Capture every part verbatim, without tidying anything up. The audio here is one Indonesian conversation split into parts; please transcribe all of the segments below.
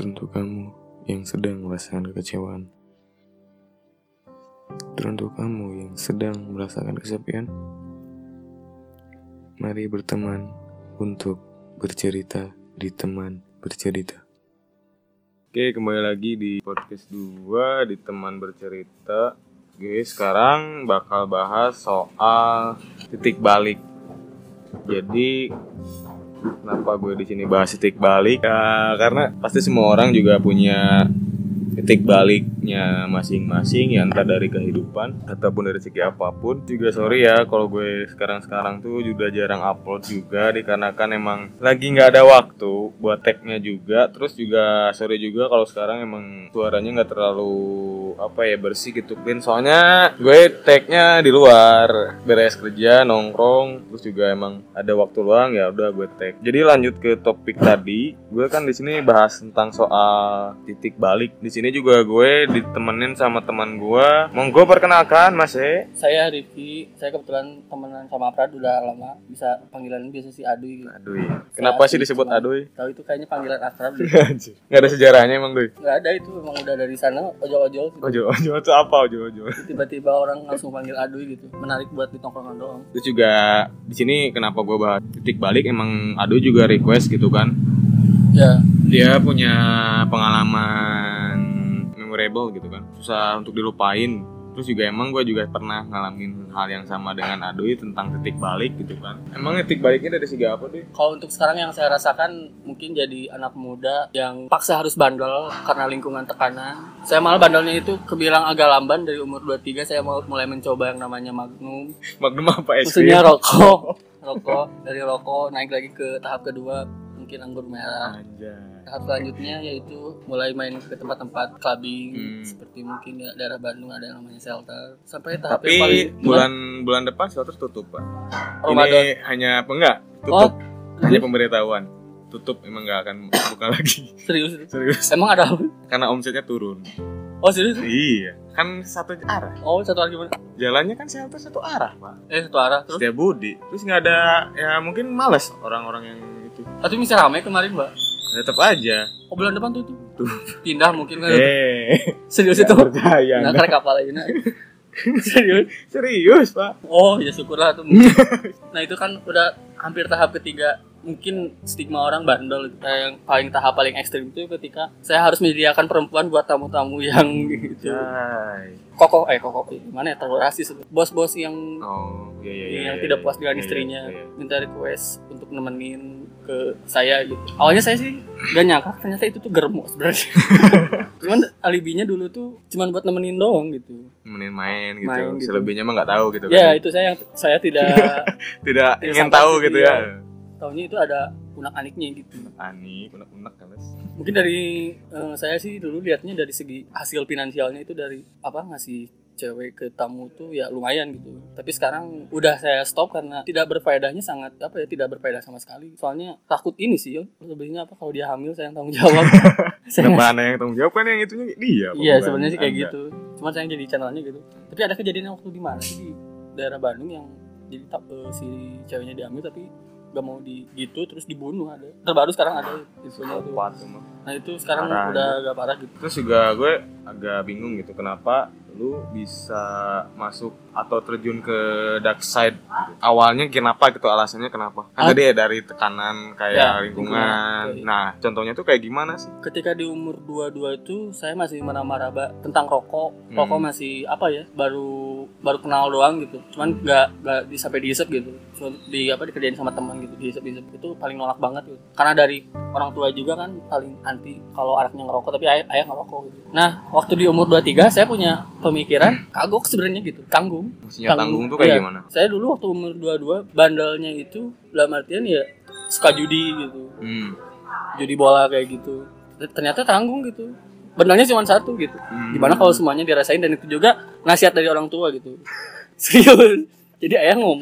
Teruntuk kamu yang sedang merasakan kekecewaan, teruntuk kamu yang sedang merasakan kesepian, mari berteman untuk bercerita di teman bercerita. Oke, kembali lagi di podcast dua di teman bercerita. Oke, sekarang bakal bahas soal titik balik. Jadi kenapa gue di sini bahas titik balik? Ya, karena pasti semua orang juga punya titik baliknya masing-masing, ya entah dari kehidupan ataupun dari segi apapun. Juga sorry ya kalau gue sekarang-sekarang tuh juga jarang upload juga, dikarenakan emang lagi nggak ada waktu buat tag-nya juga. Terus juga sorry juga kalau sekarang emang suaranya nggak terlalu apa ya bersih gitu clean, soalnya gue tag-nya di luar beres kerja nongkrong, terus juga emang ada waktu luang ya udah gue tag. Jadi lanjut ke topik tadi, gue kan di sini bahas tentang soal titik balik. Di sini juga gue ditemenin sama teman gue. Monggo perkenalkan Mas E. Saya Rifki, saya kebetulan temenan sama Aprad udah lama, bisa panggilan biasa si Aduy. Aduy. Kenapa sih disebut Aduy? Tahu itu kayaknya panggilan akrab. Nggak ada sejarahnya emang Duy? Nggak ada, itu emang udah dari sana ojol-ojol. Gitu. Ojol-ojol itu apa ojol-ojol? Tiba-tiba orang langsung panggil Aduy gitu, menarik buat di tongkrongan doang. Terus juga di sini kenapa gue bahas titik balik, emang Aduy juga request gitu kan? Ya. Dia punya pengalaman memorable gitu kan, susah untuk dilupain. Terus juga emang gue juga pernah ngalamin hal yang sama dengan Aduy tentang titik balik gitu kan. Emang titik baliknya dari segi apa deh? Kalau untuk sekarang yang saya rasakan, mungkin jadi anak muda yang paksa harus bandel karena lingkungan tekanan. Saya malah bandelnya itu kebilang agak lamban. Dari umur dua puluh tiga saya mau mulai mencoba yang namanya Magnum. Magnum apa es krim? Maksudnya rokok. Rokok, dari rokok naik lagi ke tahap kedua, mungkin anggur merah. Anjay. Tahap selanjutnya yaitu mulai main ke tempat-tempat clubbing, hmm. seperti mungkin ya daerah Bandung ada yang namanya Shelter. Sampai tahap Tapi yang paling bulan bulan depan Shelter tutup Pak. Ramadan. Ini hanya apa enggak? Tutup. Oh, hanya pemberitahuan. Tutup, emang enggak akan buka lagi. Serius? Serius. Emang ada apa? Karena omsetnya turun. Oh serius? Iya. Kan satu arah. Oh satu arah gimana? Jalannya kan Shelter satu arah Pak. Eh satu arah terus? Setiap Budi. Terus nggak ada, ya mungkin malas orang-orang yang itu. Tapi bisa ramai kemarin Mbak. Tetap aja. Oh bulan depan tuh tuh. Pindah mungkin kan. Eh. Serius itu? Percaya. Nah, karek kapal lagi nah. Serius? Serius, Pak. Oh, ya syukurlah tuh. Nah, itu kan udah hampir tahap ketiga. Mungkin stigma orang bandel yang paling tahap paling ekstrim itu ketika saya harus menyediakan perempuan buat tamu-tamu yang gitu. Jai. Koko eh koko gimana ya, terlalu rasis. Bos-bos yang oh, iya, iya, yang iya, tidak iya, puas dengan iya, istrinya iya, iya. minta request untuk nemenin ke saya gitu. Awalnya saya sih gak nyangka ternyata itu tuh germo sebenarnya. Cuman alibinya dulu tuh cuman buat nemenin doang gitu. Nemenin main gitu. Main gitu. Selebihnya mah nggak tahu gitu ya, kan. itu saya yang saya tidak tidak ingin tahu gitu ya. Taunya itu ada unak-aniknya gitu. Anik, unak-unak kan. Mungkin dari uh, saya sih dulu lihatnya dari segi hasil finansialnya itu dari apa ngasih cewek ke tamu tuh ya lumayan gitu. Tapi sekarang udah saya stop karena tidak berfaedahnya, sangat apa ya tidak berfaedah sama sekali. Soalnya takut ini sih yo. Lebihnya apa kalau dia hamil saya yang tanggung jawab. Saya mana yang tanggung jawab kan yang itunya dia. Iya sebenarnya sih kayak anda. Gitu. Cuma saya yang jadi channelnya gitu. Tapi ada kejadian waktu di mana sih di daerah Bandung yang jadi uh, si ceweknya diambil tapi gak mau di gitu terus dibunuh, ada terbaru sekarang ada isunya itu. Nah itu sekarang parah, udah agak parah gitu. Terus juga gue agak bingung gitu kenapa lu bisa masuk atau terjun ke dark side gitu. Awalnya kenapa gitu, alasannya kenapa? Kan tadi ya dari tekanan kayak ya, lingkungan. lingkungan. Nah, contohnya tuh kayak gimana sih? Ketika di umur dua puluh dua itu saya masih meraba-raba tentang rokok. Rokok hmm. masih apa ya? Baru baru kenal doang gitu. Cuman enggak enggak di, sampai dihisap gitu. Cuma di apa dikerjain sama teman gitu, dihisap-hisap itu paling nolak banget gitu. Karena dari orang tua juga kan paling anti kalau anaknya ngerokok, tapi ayah, ayah ngerokok gitu. Nah, waktu di umur dua puluh tiga saya punya pemikiran kagok sebenarnya gitu, tanggung. Maksudnya tanggung, tanggung tuh kayak iya. Gimana? Saya dulu waktu umur dua puluh dua bandelnya itu dalam artian ya suka judi gitu. Hmm. Judi bola kayak gitu. Ternyata tanggung gitu. Bandelnya cuma satu gitu. Hmm. Gimana kalau semuanya dirasain, dan itu juga nasihat dari orang tua gitu. Serius. Jadi ayah ngomong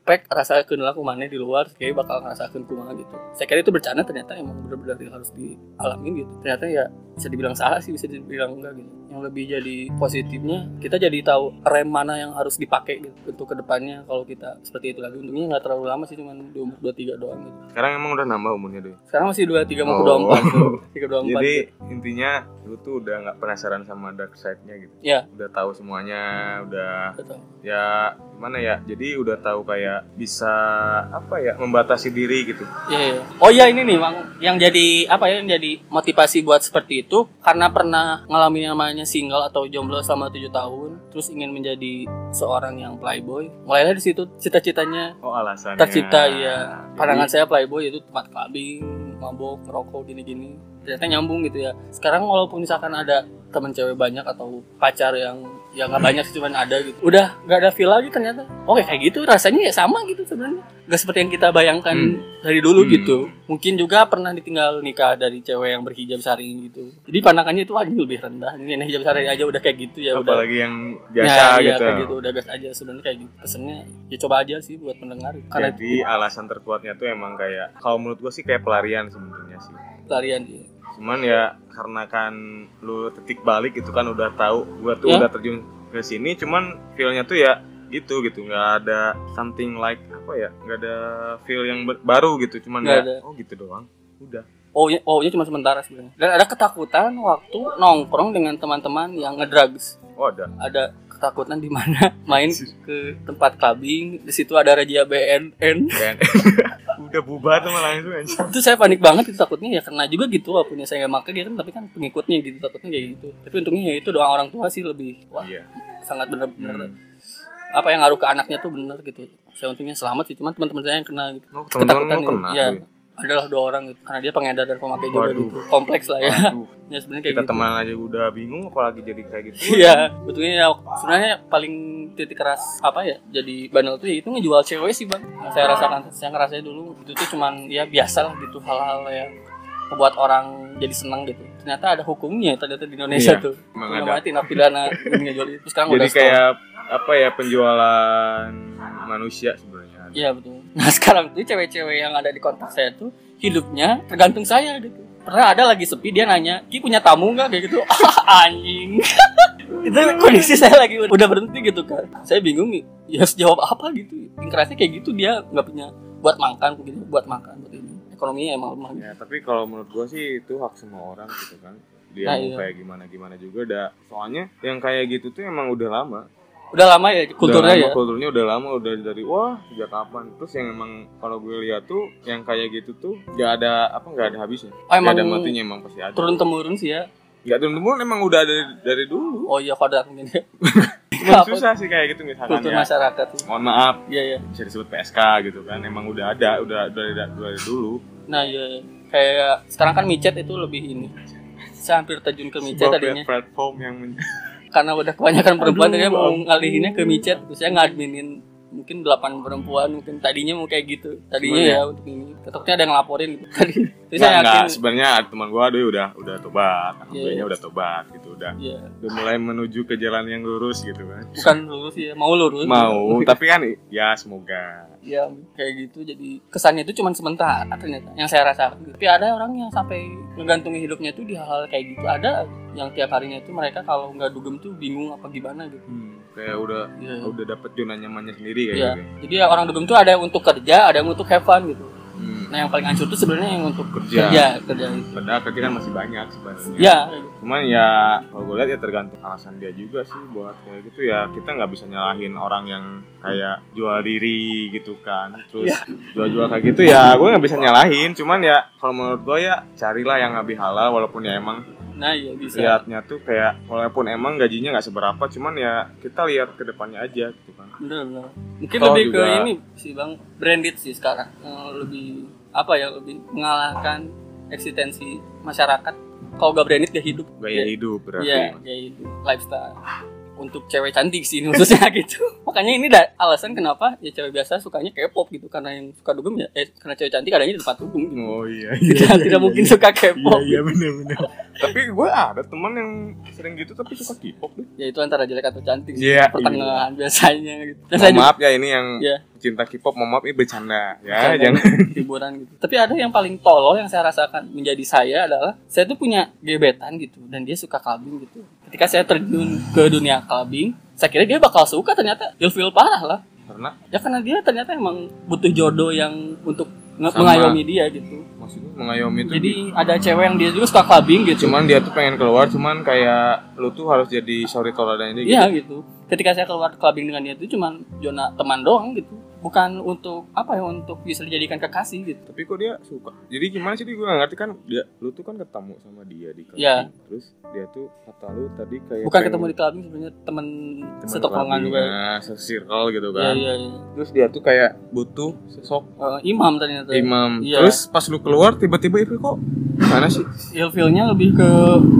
pek rasakeun lah kumaneh di luar kayak bakal ngerasakeun kumaha gitu. Saya kira itu bercanda, ternyata emang benar-benar harus dialamin gitu. Ternyata ya bisa dibilang salah sih, bisa dibilang enggak gitu. Yang lebih jadi positifnya kita jadi tahu rem mana yang harus dipakai gitu untuk kedepannya kalau kita seperti itu lagi. Untungnya nggak terlalu lama sih, cuma di umur dua puluh tiga doang gitu. Sekarang emang udah nambah umurnya deh. Sekarang masih dua puluh tiga mau ke dua puluh empat. tiga dua puluh empat. Jadi intinya lu tuh udah nggak penasaran sama dark side-nya gitu. Ya. Udah tahu semuanya, udah Betul. Ya gimana ya? Jadi udah tahu kayak bisa apa ya, membatasi diri gitu. Iya. Yeah. Oh iya, ini nih Bang, yang jadi apa ya, yang jadi motivasi buat seperti itu karena pernah ngalamin namanya single atau jomblo selama tujuh tahun, terus ingin menjadi seorang yang playboy. Mulailah di situ cita-citanya. Oh, alasannya. Tercipta ya. Jadi, Pandangan saya playboy itu tempat clubbing, mabok, rokok, gini-gini. Ternyata nyambung gitu ya. Sekarang walaupun misalkan ada temen cewek banyak atau pacar yang ya nggak banyak sih, cuman ada gitu, udah nggak ada feel lagi ternyata. Oke, kayak gitu rasanya ya sama gitu sebenarnya, nggak seperti yang kita bayangkan hmm. dari dulu hmm. gitu. Mungkin juga pernah ditinggal nikah dari cewek yang berhijab syar'i gitu, jadi pandangannya itu aja lebih rendah. Ini hijab syar'i aja udah kayak gitu ya. Apalagi udah, yang biasa ya, gitu. Ya, kayak gitu udah gas aja sebenarnya kayak gitu. Pesennya ya coba aja sih buat pendengar. Karena jadi itu, alasan terkuatnya tuh emang kayak, kalau menurut gue sih kayak pelarian sebenarnya sih. Pelarian ya. Cuman ya karena kan lu titik balik itu kan udah tahu gua tuh ya? udah terjun ke sini, cuman feel-nya tuh ya gitu gitu, nggak ada something like apa ya, nggak ada feel yang ber- baru gitu, cuman nggak ya ada. Oh gitu doang, udah. Oh ya, oh ya cuma sementara sebenarnya. Dan ada ketakutan waktu nongkrong dengan teman-teman yang ngedrugs. Oh ada. Ada ketakutan di mana main ke tempat clubbing, di situ ada razia B N N. Udah bubar tuh malah langsung aja. Itu saya panik banget itu, takutnya ya kena juga gitu, walaupun saya nggak pakai dia kan, tapi kan pengikutnya gitu, takutnya kayak gitu. Tapi untungnya ya itu doa orang tua sih lebih wah iya. Sangat benar-benar hmm. apa yang ngaruh ke anaknya tuh benar gitu. Saya untungnya selamat sih, cuman teman-teman saya yang kena gitu. Oh, ketakutan kena, ya. Ya. Adalah dua orang gitu, karena dia pengedar dan pemakai juga gitu. Kompleks lah ya. Ya sebenarnya kayak kita gitu. Teman aja udah bingung apalagi jadi kayak gitu. Iya, betulnya ya sebenarnya paling titik keras apa ya jadi bandel tuh ya itu ngejual cewek sih Bang. Nah, saya rasakan, saya ngerasain dulu itu tuh cuman ya biasa lah gitu, hal-hal yang membuat orang jadi senang gitu. Ternyata ada hukumnya ternyata di Indonesia iya, tuh. Namanya tindak pidana ngejual itu sekarang jadi udah kayak stop. Apa ya, penjualan manusia sebenarnya. Iya betul. Nah sekarang tuh cewek-cewek yang ada di kontak saya tuh hidupnya tergantung saya gitu. Pernah ada lagi sepi, dia nanya, Ki punya tamu nggak kayak gitu? Ah, anjing. Itu kondisi saya lagi udah berhenti gitu kan. Saya bingung nih, ya harus jawab apa gitu. Tingkatnya kayak gitu, dia nggak punya buat makan begini, buat makan buat ini. Ekonominya emang lemah. Ya tapi kalau menurut gua sih itu hak semua orang gitu kan. Dia nah, mau iya. kayak gimana gimana juga dah. Soalnya yang kayak gitu tuh emang udah lama. Udah lama ya kulturnya udah lama, ya. Kulturnya udah lama, udah dari wah sejak kapan. Terus yang emang kalau gue lihat tuh yang kayak gitu tuh gak ada apa nggak ada habisnya. Oh, emang gak ada matinya, emang pasti ada. Turun temurun sih ya. Gak turun temurun, emang udah dari dari dulu. Oh iya kodrat mungkin ya. Cuma susah sih kayak gitu misalkan kultur ya. Masyarakat. Mohon maaf. Iya iya. Bisa disebut P S K gitu kan. Emang udah ada, udah dari dari dulu. Nah iya, kayak sekarang kan micet itu lebih ini. Saya hampir terjun ke micet sebuah tadinya. Platform yang men- karena udah kebanyakan perempuan, tadinya mau ngalihinnya ke micet. Terus saya ngadminin mungkin delapan perempuan, mungkin tadinya mau kayak gitu. Tadinya ya, ya untuk ini. Tetapnya ada yang ngelaporin gitu. Tadi Terus saya yakin sebenarnya teman gua aduh udah udah tobat. Alhamdulillah yeah. udah tobat gitu, udah. Yeah. Udah mulai menuju ke jalan yang lurus gitu kan. Bukan lurus ya, mau lurus. Mau, tapi kan ya semoga. Ya kayak gitu, jadi kesannya itu cuma sementara ternyata yang saya rasakan. Tapi ada orang yang sampai menggantungin hidupnya itu di hal-hal kayak gitu. Ada yang tiap harinya itu mereka kalau nggak dugem tuh bingung apa gimana gitu. Hmm, kayak udah yeah. udah dapet zona nyamannya sendiri kayak yeah. gitu. Jadi ya, orang dugem tuh ada yang untuk kerja, ada yang untuk have fun gitu. Hmm. Nah yang paling hancur tuh sebenarnya yang untuk kerja. Kerja, kerja itu. Padahal kerja kan masih banyak sebenarnya. Ya. Cuman ya kalau gue lihat ya tergantung alasan dia juga sih buat kayak gitu ya. Kita nggak bisa nyalahin orang yang kayak jual diri gitu kan. Terus ya. jual-jual kayak gitu ya gue nggak bisa nyalahin. Cuman ya kalau menurut gue ya carilah yang lebih halal walaupun ya emang. Nah iya bisa. Lihatnya tuh kayak walaupun emang gajinya nggak seberapa, cuman ya kita lihat ke depannya aja gitu kan. Benar-benar. Mungkin Toh lebih juga, ke ini sih Bang, branded sih sekarang. Lebih apa ya, lebih mengalahkan eksistensi masyarakat. Kalau gak branded gak hidup. Gaya ya, hidup berarti. Iya, gaya hidup, lifestyle. Untuk cewek cantik sih khususnya gitu. Makanya ini dah alasan kenapa ya cewek biasa sukanya K-pop gitu, karena yang suka dugem ya eh karena cewek cantik adanya di tempat dugem gitu. Oh iya. Tidak, iya, tidak iya, mungkin iya, suka K-pop. Iya, iya benar-benar. Tapi gue ada teman yang sering gitu tapi suka K-pop deh. Ya itu antara jelek atau cantik sih. Yeah, pertengahan iya. biasanya gitu. Dan oh, maaf ya ini yang yeah. pecinta K-pop, mohon maaf ini bercanda Bercanda, ya, jangan hiburan gitu. Tapi ada yang paling tolol yang saya rasakan menjadi saya adalah saya tuh punya gebetan gitu dan dia suka clubbing gitu. Ketika saya terjun ke dunia clubbing, saya kira dia bakal suka, ternyata ilfil parah lah. karena Ya karena dia ternyata emang butuh jodoh yang untuk nge- Sama. mengayomi dia gitu. maksudnya mengayomi itu Jadi ada cewek yang dia juga suka clubbing gitu. cuman dia tuh pengen keluar, cuman kayak lu tuh harus jadi sorry toladannya dia gitu. Iya gitu. Ketika saya keluar clubbing dengan dia itu cuman zona teman doang gitu. Bukan untuk apa ya, untuk bisa dijadikan kekasih gitu. Tapi kok dia suka? Jadi gimana sih, gue gak ngerti kan, dia lu tuh kan ketemu sama dia di clubbing. Iya. Terus dia tuh kata lu tadi kayak Bukan pengen- ketemu di clubbing, sebenarnya teman temen setongkrongan clubbing, juga. nah, se-circle gitu Iya kan. iya iya. Terus dia tuh kayak butuh sosok Eh, imam ternyata. imam. Iya. Terus pas lu keluar tiba-tiba itu kok mana sih? Ilfilnya lebih ke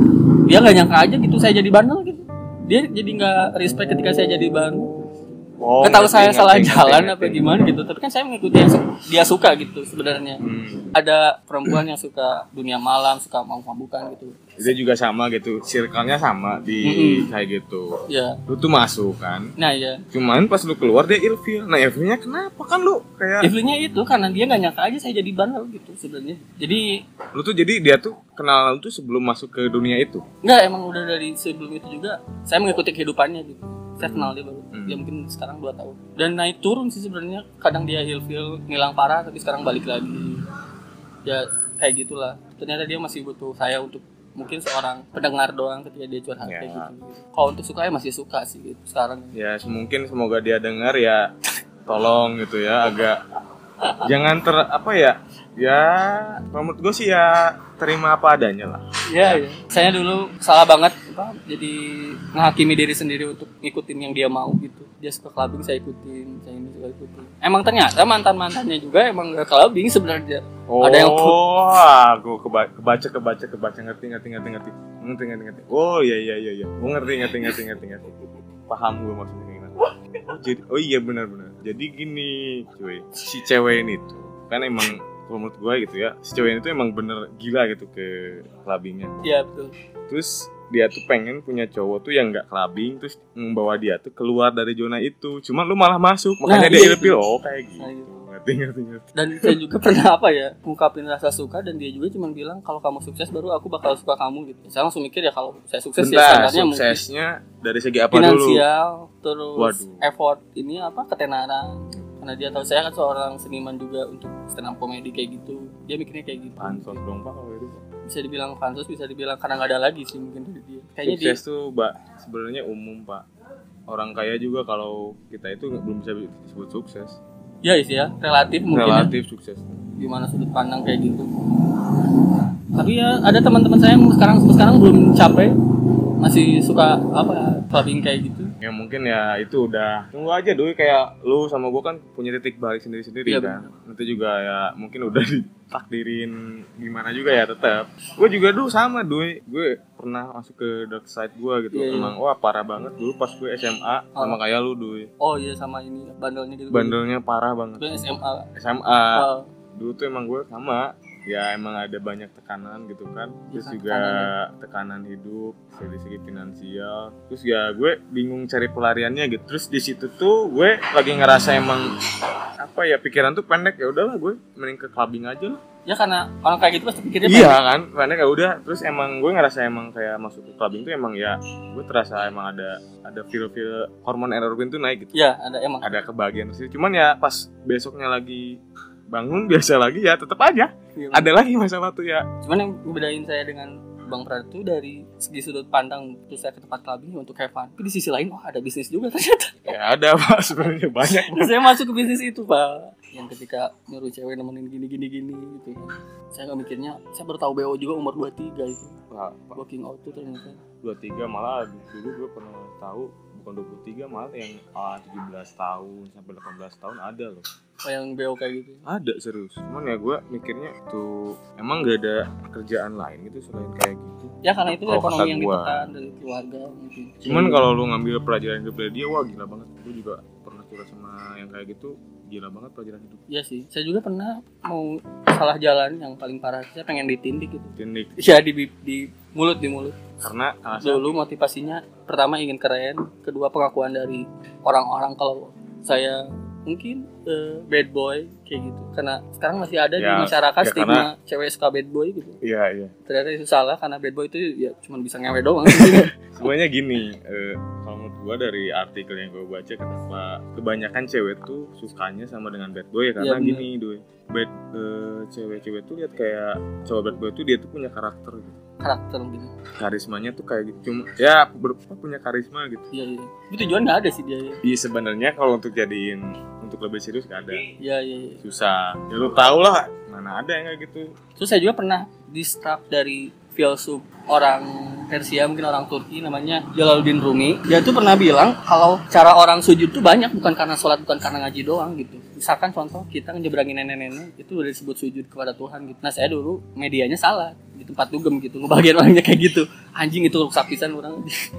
dia nggak nyangka aja gitu saya jadi bandel gitu. Dia jadi nggak respect ketika saya jadi bandel. Oh, Nggak tahu ngerti, saya ngerti, salah ngerti, jalan ngerti. apa gimana gitu. Tapi kan saya mengikuti yang su- dia suka gitu sebenarnya. Hmm. Ada perempuan yang suka dunia malam, suka mabuk-mabukan gitu. Dia juga sama gitu, circle-nya sama di Mm-mm. kayak gitu. Ya. Lu tuh masuk kan. Nah ya. Cuman pas lu keluar dia ilfil. Nah, ilfilnya kenapa kan lu kayak Ilfilnya itu karena dia nggak nyangka aja saya jadi bandel gitu sebenarnya. Jadi lu tuh jadi dia tuh kenal lu tuh sebelum masuk ke dunia itu. nggak, emang udah dari sebelum itu juga saya mengikuti kehidupannya gitu. Saya kenal dia baru. Hmm. Dia mungkin sekarang dua tahun. Dan naik turun sih sebenarnya. Kadang dia ilfil, ngilang parah tapi sekarang balik lagi. Ya kayak gitulah. Ternyata dia masih butuh saya untuk mungkin seorang pendengar doang ketika dia curhat Ya. kayak gitu. Kalau untuk suka ya masih suka sih gitu sekarang. Ya mungkin semoga dia dengar ya, tolong gitu ya, agak jangan ter apa ya ya menurut gue sih ya terima apa adanya lah. Iya, iya. Saya dulu salah banget apa, jadi menghakimi diri sendiri untuk ngikutin yang dia mau gitu. Dia suka clubbing, saya ikutin, saya ini suka ikutin. Emang ternyata mantan-mantannya juga emang gak clubbing sebenarnya. Oh, Ada yang gue kebaca kebaca kebaca kebaca ngerti ngerti ngerti ngerti ngerti ngerti ngerti. Oh iya iya iya iya, gue ngerti ngerti ngerti ngerti ngerti. Paham gue maksudnya gimana. Oh, jadi oh iya benar benar. Jadi gini, cuy, si cewek ini tuh kan emang kalau menurut gue gitu ya, si cewek ini tuh emang bener gila gitu ke clubbingnya. Iya betul. Terus dia tuh pengen punya cowok tuh yang nggak clubbing, terus membawa dia tuh keluar dari zona itu. Cuman lu malah masuk, makanya Nah, dia iya, ilfil. itu. Oh kayak gitu. Nah, gitu. Ngerti ngerti ngerti. Dan saya juga pernah apa ya, ngungkapin rasa suka dan dia juga cuma bilang kalau kamu sukses baru aku bakal suka kamu gitu. Saya langsung mikir ya kalau saya sukses ya Bentar, standarnya mungkin suksesnya dari segi apa dulu? finansial, terus Waduh. effort ini apa ketenaran. Karena dia tahu saya kan seorang seniman juga untuk stand up comedy kayak gitu. Dia mikirnya kayak gitu. Pansos dong pak kalau itu. Bisa dibilang fansus, bisa dibilang karena nggak ada lagi sih mungkin dari dia. Kayaknya dia Sukses tuh mbak sebenarnya umum pak. Orang kaya juga kalau kita itu nggak- belum bisa disebut sukses. ya sih ya, relatif mungkin ya. Relatif sukses. Gimana sudut pandang kayak gitu. Tapi ya ada teman-teman saya yang sekarang sekarang belum capek, masih suka apa clubbing kayak gitu. Ya mungkin ya itu udah tunggu aja dulu, kayak lu sama gua kan punya titik balik sendiri-sendiri Iya, kan. Nanti juga ya mungkin udah ditakdirin gimana juga ya tetap. Gue juga dulu sama Doi, gue pernah masuk ke dark side gue gitu. Iya, iya. Emang wah parah banget dulu pas gue S M A sama kayak lu Doi. Oh iya sama ini bandelnya gitu. Bandelnya parah banget. Gue S M A. S M A. Oh, Dulu tuh emang gue sama. Ya emang ada banyak tekanan gitu kan. Terus Ya, juga tekanan hidup dari segi finansial. Terus ya gue bingung cari pelariannya gitu. Terus di situ tuh gue lagi ngerasa emang apa ya, pikiran tuh pendek, ya udahlah gue mending ke clubbing aja lah. ya karena orang kayak gitu pasti pikirnya Iya pendek. kan, pendek ya udah. Terus emang gue ngerasa emang kayak masuk ke clubbing tuh emang ya gue terasa emang ada ada feel-feel hormon endorfin tuh naik gitu. Ya ada emang. Ada kebahagiaan sih. Cuman ya pas besoknya lagi bangun biasa lagi ya tetap aja Iya, ada lagi masalah tuh ya. Cuman yang ngebedain saya dengan Bang Prat itu dari segi sudut pandang terus saya ke tempat clubbing untuk have fun. Tapi di sisi lain, wah ada bisnis juga ternyata. Ya ada pak, sebenarnya banyak. Terus saya masuk ke bisnis itu pak. Yang ketika nyuruh cewek nemenin gini-gini-gini gitu. Saya nggak mikirnya, saya baru tahu B O juga umur dua puluh tiga itu. Pak, Pak, Working out tuh ternyata. dua puluh tiga malah dulu gue pernah tahu bukan dua puluh tiga, malah yang ah, tujuh belas tahun sampai delapan belas tahun ada loh. Oh yang B O kayak gitu. Ada serius. Cuman ya gue mikirnya tuh emang gak ada kerjaan lain gitu selain kayak gitu. Ya karena itu Kalau ekonomi kata yang gua. ditekan dari keluarga mungkin. Cuman kalau lu ngambil pelajaran hidup dari dia, wah gila banget. Gue juga pernah curhat sama yang kayak gitu, gila banget pelajaran hidup. Iya sih. Saya juga pernah mau salah jalan yang paling parah. Saya pengen ditindik gitu. Tindik. Ya di di mulut di mulut. Karena alasan Dulu motivasinya pertama ingin keren, kedua pengakuan dari orang-orang kalau saya mungkin uh, bad boy kayak gitu. Karena sekarang masih ada ya, di masyarakat ya stigma karena, cewek suka bad boy gitu. Iya iya. Ternyata itu salah karena bad boy itu ya cuma bisa ngewe doang. Sebenarnya gini, eh, kalau menurut gue dari artikel yang gue baca, kenapa kebanyakan cewek tuh sukanya sama dengan bad boy ya karena ya, gini, Doi. Bad eh, cewek-cewek tuh lihat kayak cowok bad boy tuh dia tuh punya karakter gitu. Karakter gitu. Karismanya tuh kayak gitu. Cuma ya ber- punya karisma gitu. Iya iya. Itu tujuan enggak ada sih dia. Ya. Iya sebenarnya kalau untuk jadiin untuk lebih serius enggak ada. Iya iya. Ya. Susah. Ya lu tau lah mana ada yang kayak gitu. Terus saya juga pernah di-struck dari filsuf orang Persia, mungkin orang Turki, namanya Jalaluddin Rumi. Dia tuh pernah bilang kalau cara orang sujud tuh banyak, bukan karena sholat, bukan karena ngaji doang gitu. Misalkan contoh kita ngejebrangin nenek-nenek, itu udah disebut sujud kepada Tuhan gitu. Nah saya dulu medianya salah di tempat dugem gitu, ngebagian orangnya kayak gitu. Anjing itu rusak pisan orang.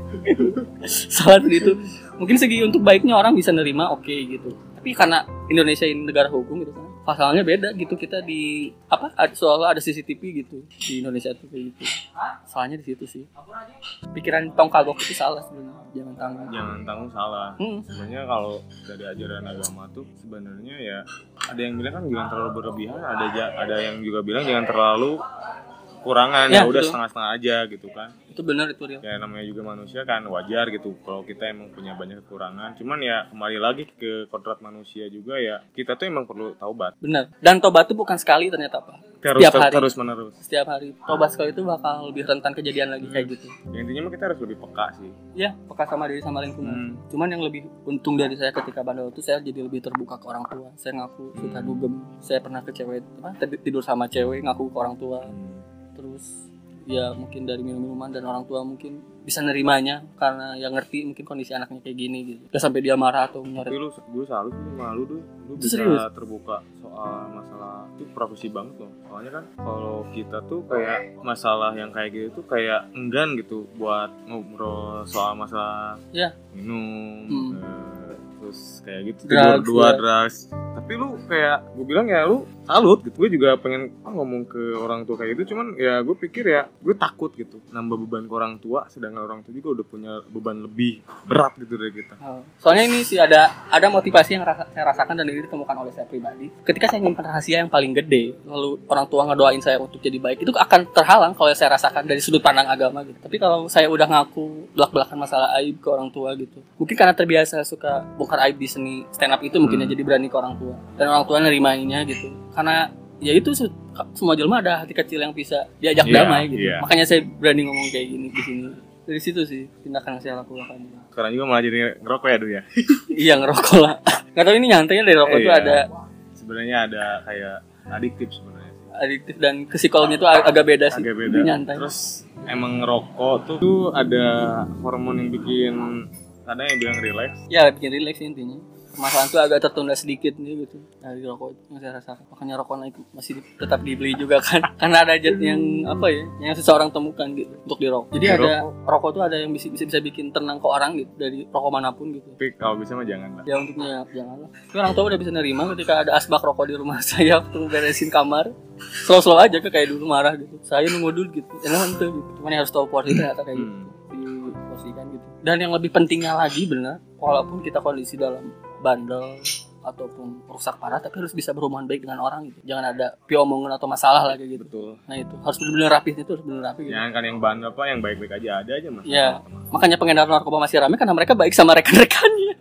Salah itu. Mungkin segi untuk baiknya orang bisa nerima, oke okay, gitu. Tapi karena Indonesia ini negara hukum gitu kan, pasalnya beda gitu. Kita di apa? Soalnya ada C C T V gitu di Indonesia tuh kayak gitu. Salahnya di situ sih. Pikiran tong kagok itu salah sebenarnya. Jangan tanggung. Jangan tanggung salah. Hmm. Sebenarnya kalau dari ajaran agama tuh sebenarnya ya ada yang bilang kan jangan terlalu berlebihan, ada ada yang juga bilang jangan terlalu kurangan, ya, ya udah setengah-setengah aja gitu kan. Itu benar itu real. Ya namanya juga manusia kan wajar gitu kalau kita emang punya banyak kekurangan. Cuman ya kembali lagi ke kodrat manusia juga ya, kita tuh emang perlu taubat. Benar. Dan taubat itu bukan sekali ternyata Pak. Terus, setiap hari. Terus menerus. Setiap hari. Taubat sekali itu bakal lebih rentan kejadian lagi hmm. kayak gitu. Ya, intinya mah kita harus lebih peka sih. Iya, peka sama diri sama lingkungan. Hmm. Cuman yang lebih untung dari saya ketika bandel itu saya jadi lebih terbuka ke orang tua. Saya ngaku hmm. suka dugem. Saya pernah ke cewek apa tidur sama cewek ngaku ke orang tua. Hmm. Terus ya mungkin dari minum-minuman dan orang tua mungkin bisa nerimanya karena yang ngerti mungkin kondisi anaknya kayak gini gitu. Gak sampai dia marah atau nyaret. Tapi lu, gue salut sih malu tuh, lu bisa serius? Terbuka soal masalah itu profesi banget loh. Soalnya kan kalau kita tuh kayak masalah yang kayak gitu tuh kayak enggan gitu buat ngobrol soal masalah ya. minum, hmm. eh, terus kayak gitu drugs, tidur dua ya. drugs. Tapi lu kayak gue bilang ya lu salut gitu. Gue juga pengen ah, ngomong ke orang tua kayak gitu, cuman ya gue pikir ya gue takut gitu nambah beban ke orang tua, sedangkan orang tua juga udah punya beban lebih berat gitu dari kita. Oh. Soalnya ini sih ada ada motivasi yang rasa, saya rasakan dan ini ditemukan oleh saya pribadi. Ketika saya nyimpan rahasia yang paling gede, lalu orang tua ngedoain saya untuk jadi baik, itu akan terhalang kalau saya rasakan dari sudut pandang agama gitu. Tapi kalau saya udah ngaku belak-belakan masalah aib ke orang tua gitu, mungkin karena terbiasa suka bongkar aib di seni stand up itu mungkin hmm. jadi berani ke orang tua. Dan orang tua nerimainya gitu. Karena ya itu semua jelma ada hati kecil yang bisa diajak yeah, damai gitu. Yeah. Makanya saya berani ngomong kayak gini di sini. Dari situ sih tindakan yang saya lakukan. Sekarang juga malah jadi ngerokok ya, Du ya. Iya, ngerokok lah. Enggak tahu ini nyantainya dari rokok itu yeah. ada sebenarnya ada kayak adiktif sebenarnya. Adiktif dan ke psikolognya itu agak beda sih. Agak beda. Nyantai. Terus emang ngerokok tuh, tuh ada hormon yang bikin ada yang bilang relax. Ya, bikin relax intinya. Masalah itu agak tertunda sedikit nih gitu dari rokok itu yang saya rasakan. Makanya rokok naik masih tetap dibeli juga kan karena ada zat yang apa ya yang seseorang temukan gitu untuk dirokok. Jadi ya, ada rokok. rokok tuh ada yang bisa bisa bisa bikin tenang ke orang gitu dari rokok manapun gitu. Tapi kalau bisa mah jangan lah. Ya untuknya jangan lah. Tapi orang tua udah bisa nerima ketika ada asbak rokok di rumah saya waktu beresin kamar. Slow-slow aja ke kayak dulu marah gitu. Saya nunggu dulu gitu. Enak tuh gitu. Cuman harus tahu porsi ternyata kayak gitu. Diporsikan gitu. Dan yang lebih pentingnya lagi benar walaupun kita kondisi dalam bandel ataupun rusak parah tapi harus bisa berhubungan baik dengan orang gitu. Jangan ada piomongan atau masalah lagi gitu. Betul. Nah itu harus benar-benar rapi itu harus benar rapi gitu. Jangan kan yang bandel apa yang baik-baik aja ada aja Mas. Iya. Makanya pengedar narkoba masih ramai karena mereka baik sama rekan-rekannya.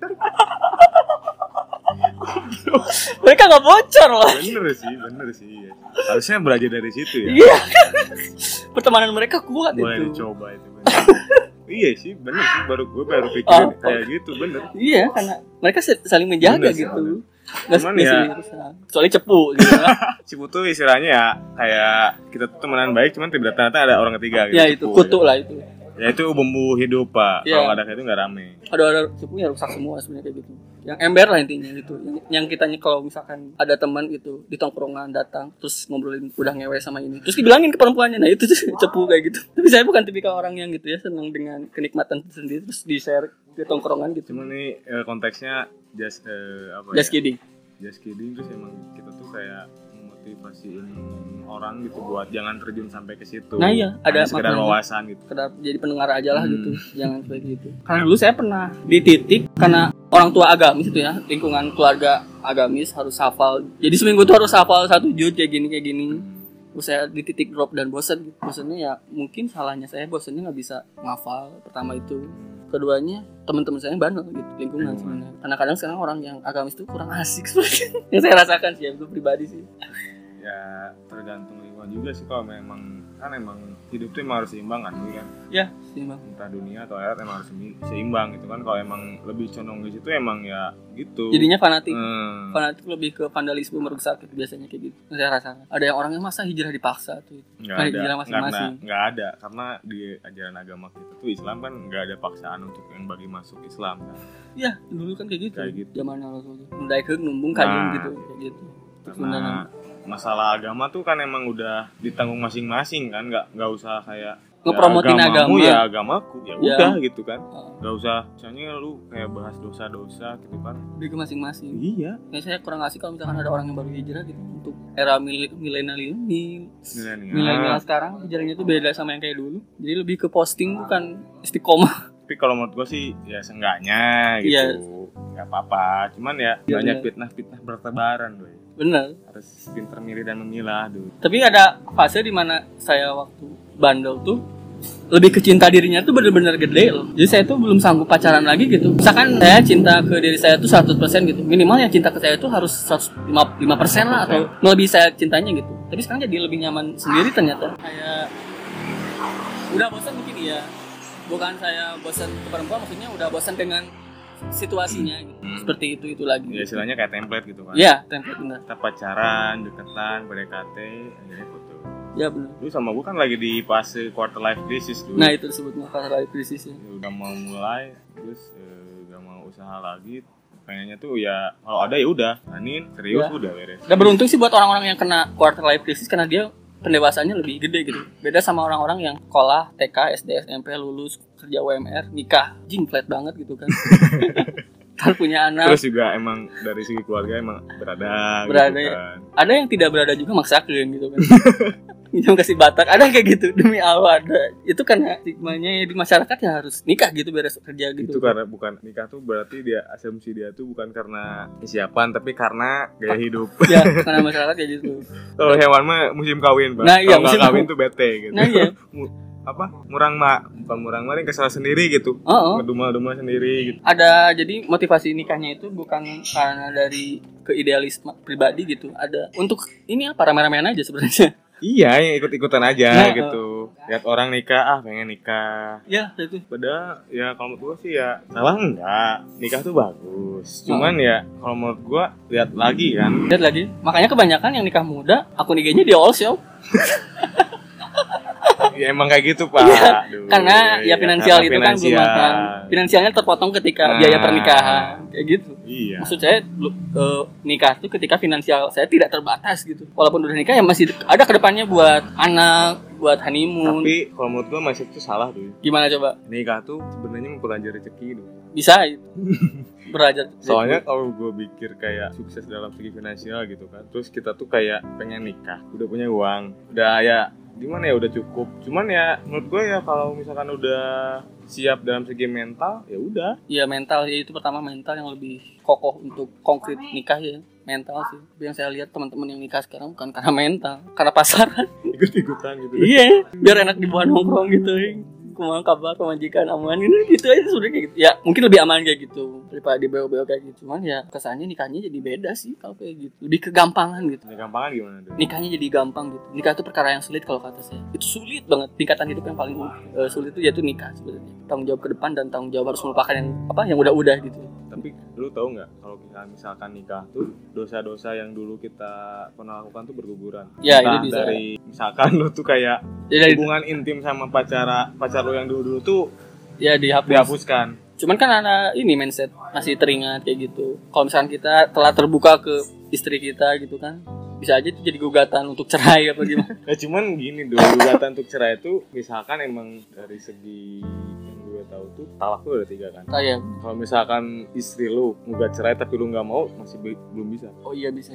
Mereka enggak bocor loh. Bener sih, bener sih. Ya. Harusnya belajar dari situ ya. Iya. Pertemanan mereka kuat boleh itu. Boleh dicoba itu. Iya sih, bener sih. Baru gue baru pikirin oh, kayak oh. gitu, bener. Iya, karena mereka saling menjaga bener, gitu. Nggak cuman ya, soalnya cepu gitu. Cepu tuh istilahnya ya kayak kita tuh temenan baik, cuman ternyata ada orang ketiga gitu. Ya itu, cepu, kutu ya. Lah itu. Ya itu bumbu hidup Pak. Ya. Kalau ada kayak itu nggak rame. Ada ada cepunya rusak semua sebenarnya kayak gitu. Yang ember lah intinya gitu. Yang, yang kitanya kalau misalkan ada teman gitu di tongkrongan datang terus ngobrolin udah ngewe sama ini. Terus dibilangin ke perempuannya, nah itu tuh cepu kayak gitu. Tapi saya bukan tipikal orang yang gitu ya senang dengan kenikmatan sendiri terus di-share di tongkrongan gitu. Cuma nih konteksnya just uh, apa just ya? kidding. Just kidding terus emang kita tuh kayak motivasiin orang gitu buat jangan terjun sampai ke situ. Nah iya, ada hanya sekedar maknanya. wawasan gitu. Sekedar jadi pendengar aja lah Hmm. gitu, jangan kayak gitu. Karena dulu saya pernah di titik karena orang tua agamis itu ya, lingkungan keluarga agamis harus hafal. Jadi seminggu tuh harus hafal satu juz kayak gini kayak gini. Terus saya di titik drop dan bosan. Bosannya ya mungkin salahnya saya bosannya nggak bisa ngafal pertama itu. Keduanya teman-teman saya bandel gitu lingkungan sebenarnya. Karena kadang sekarang orang yang agamis itu kurang asik sebenarnya. Yang saya rasakan sih ya itu pribadi sih. Ya tergantung lingkungan juga sih, kalau memang kan emang hidup tuh emang harus seimbang kan kan. Ya, seimbang. Entah dunia atau akhirat emang harus seimbang gitu kan. Kalau emang lebih condong ke situ emang ya gitu. Jadinya fanatik. Hmm. Fanatik lebih ke vandalisme merusak gitu, biasanya kayak gitu. Yang saya rasakan. Ada yang orangnya masa hijrah dipaksa tuh. Nggak Kan ada, hijrah karena masing-masing. nggak ada karena di ajaran agama kita tuh Islam kan nggak ada paksaan untuk yang bagi masuk Islam kan. Iya, dulu kan kayak gitu. Kayak gitu. Zamannya Rasulullah. Mendaikeun numbung kayun Nah. gitu, kayak gitu. Terus Karena beneran masalah agama tuh kan emang udah ditanggung masing-masing kan, nggak nggak usah kayak ngepromotin ya, agama. ya agamaku ya, Ya. udah gitu kan, uh, nggak usah misalnya lu kayak bahas dosa-dosa gitu kan. lebih ke masing-masing. Iya, Kayak saya kurang asik kalau misalkan ada orang yang baru hijrah gitu untuk era mil- milenial ini. milenial. Milenial sekarang hijrahnya tuh beda sama yang kayak dulu. Jadi lebih ke posting bukan istiqomah. Tapi kalau menurut gue sih ya seenggaknya gitu, Iya. nggak apa-apa. Cuman ya Iya, banyak bener. fitnah-fitnah bertebaran doy. Bener. Harus pinter milih dan memilah dulu. Tapi ada fase di mana saya waktu bandel tuh lebih ke cinta dirinya tuh bener-bener gede loh. Jadi saya tuh belum sanggup pacaran lagi gitu. Misalkan saya cinta ke diri saya tuh seratus persen gitu. Minimal yang cinta ke saya tuh harus seratus lima persen lah atau lebih saya cintanya gitu. Tapi sekarang jadi lebih nyaman sendiri ternyata. Kayak udah bosan mungkin iya. Bukan saya bosan ke perempuan, maksudnya udah bosan dengan situasinya gitu. Hmm. Seperti itu itu lagi. Ya istilahnya kayak template gitu kan. Iya, template benar. Kita pacaran, deketan, P D K T, akhirnya foto. Ya benar. Dulu sama gue kan lagi di fase quarter life crisis dulu. Nah, itu disebutnya quarter life crisis ya. Ya udah mau mulai, terus eh, udah mau usaha lagi. Pengennya tuh ya kalau ada ya udah, anin serius Ya. udah beres. Dan beruntung sih buat orang-orang yang kena quarter life crisis karena dia pendewasannya lebih gede gitu. Beda sama orang-orang yang sekolah, T K, S D, S M P, lulus, kerja U M R, nikah, jing flat banget gitu kan. Ntar punya anak. Terus juga emang dari segi keluarga emang berada, Berada, gitu ya. kan. Ada yang tidak berada juga maksakeun gitu kan. Yang kasih batak, ada yang kayak gitu demi Allah ada. Itu karena stigmanya ya di masyarakat ya harus nikah gitu beres kerja gitu. Itu karena bukan nikah tuh berarti dia asumsi dia tuh bukan karena kesiapan tapi karena gaya hidup. Ya, karena masyarakat ya gitu. Kalau hewan mah musim kawin, Pak. Nah, iya, Kalau nggak musim kawin kawin. tuh bete gitu. Nah, iya. Mu- apa? Murang mak, bukan murang mak, kesal sendiri gitu. Oh, oh. Ngedumel-dumel sendiri gitu. Ada, jadi motivasi nikahnya itu bukan karena dari keidealisme pribadi gitu. Ada untuk ini apa rame-ramean aja sebenarnya. Iya, yang ikut-ikutan aja Nah, gitu. Lihat orang nikah, ah pengen nikah. Ya, itu. Padahal ya kalau menurut gue sih ya salah enggak. Nikah tuh bagus. Cuman ya kalau menurut gue lihat lagi kan. Lihat lagi. Makanya kebanyakan yang nikah muda, akun I G-nya di all show. Ya emang kayak gitu, Pak. Iya, Aduh, karena ya finansial karena itu kan belum finansial. makan. Finansialnya terpotong ketika Nah. biaya pernikahan, kayak gitu. Iya. Maksud saya lu- eh, nikah tuh ketika finansial saya tidak terbatas gitu. Walaupun udah nikah ya masih ada kedepannya buat anak, buat honeymoon. Tapi kalau menurut gue masih itu salah tuh. Gimana coba? Nikah tuh sebenarnya mempelajari rezeki tuh. Bisa gitu. Belajar. Soalnya kalau gue pikir kayak sukses dalam segi finansial gitu kan, terus kita tuh kayak pengen nikah, udah punya uang, udah ya gimana ya udah cukup. Cuman ya menurut gue ya kalau misalkan udah siap dalam segi mental, ya udah. Iya mental ya itu pertama mental yang lebih kokoh untuk konkret nikah ya mental sih. Tapi yang saya lihat teman-teman yang nikah sekarang bukan karena mental, karena pasaran. Ikut-ikutan gitu. Iya, biar enak dibawa nongkrong gitu. Kumaha kabar pemajikan aman ini gitu aja sudah kayak gitu. Ya mungkin lebih aman kayak gitu daripada di B O B O kayak gitu. Cuman ya kesannya nikahnya jadi beda sih kalau kayak gitu. Lebih kegampangan gitu. Ini gampangan gimana tuh? Nikahnya jadi gampang gitu. Nikah itu perkara yang sulit kalau kata saya. Itu sulit banget. Tingkatan hidup yang paling uh, sulit itu yaitu nikah sebenarnya. Tanggung jawab ke depan dan tanggung jawab harus melupakan yang apa yang udah-udah gitu. Tapi lu tahu nggak kalau kita misalkan nikah tuh dosa-dosa yang dulu kita pernah lakukan tuh berguguran. Ya, Entah itu bisa. dari misalkan lu tuh kayak Jadi dari hubungan intim sama pacara pacar lu yang dulu-dulu tuh ya dihapus. dihapuskan. Cuman kan ada ini mindset masih teringat kayak gitu. Kalau misalkan kita telah terbuka ke istri kita gitu kan, bisa aja itu jadi gugatan untuk cerai apa gimana. Ya cuman gini dulu gugatan untuk cerai itu misalkan emang dari segi yang gue tahu tuh talak tuh ada tiga kan. Kayak Kalau misalkan istri lu gugat cerai tapi lu nggak mau masih be- belum bisa. oh iya bisa gitu.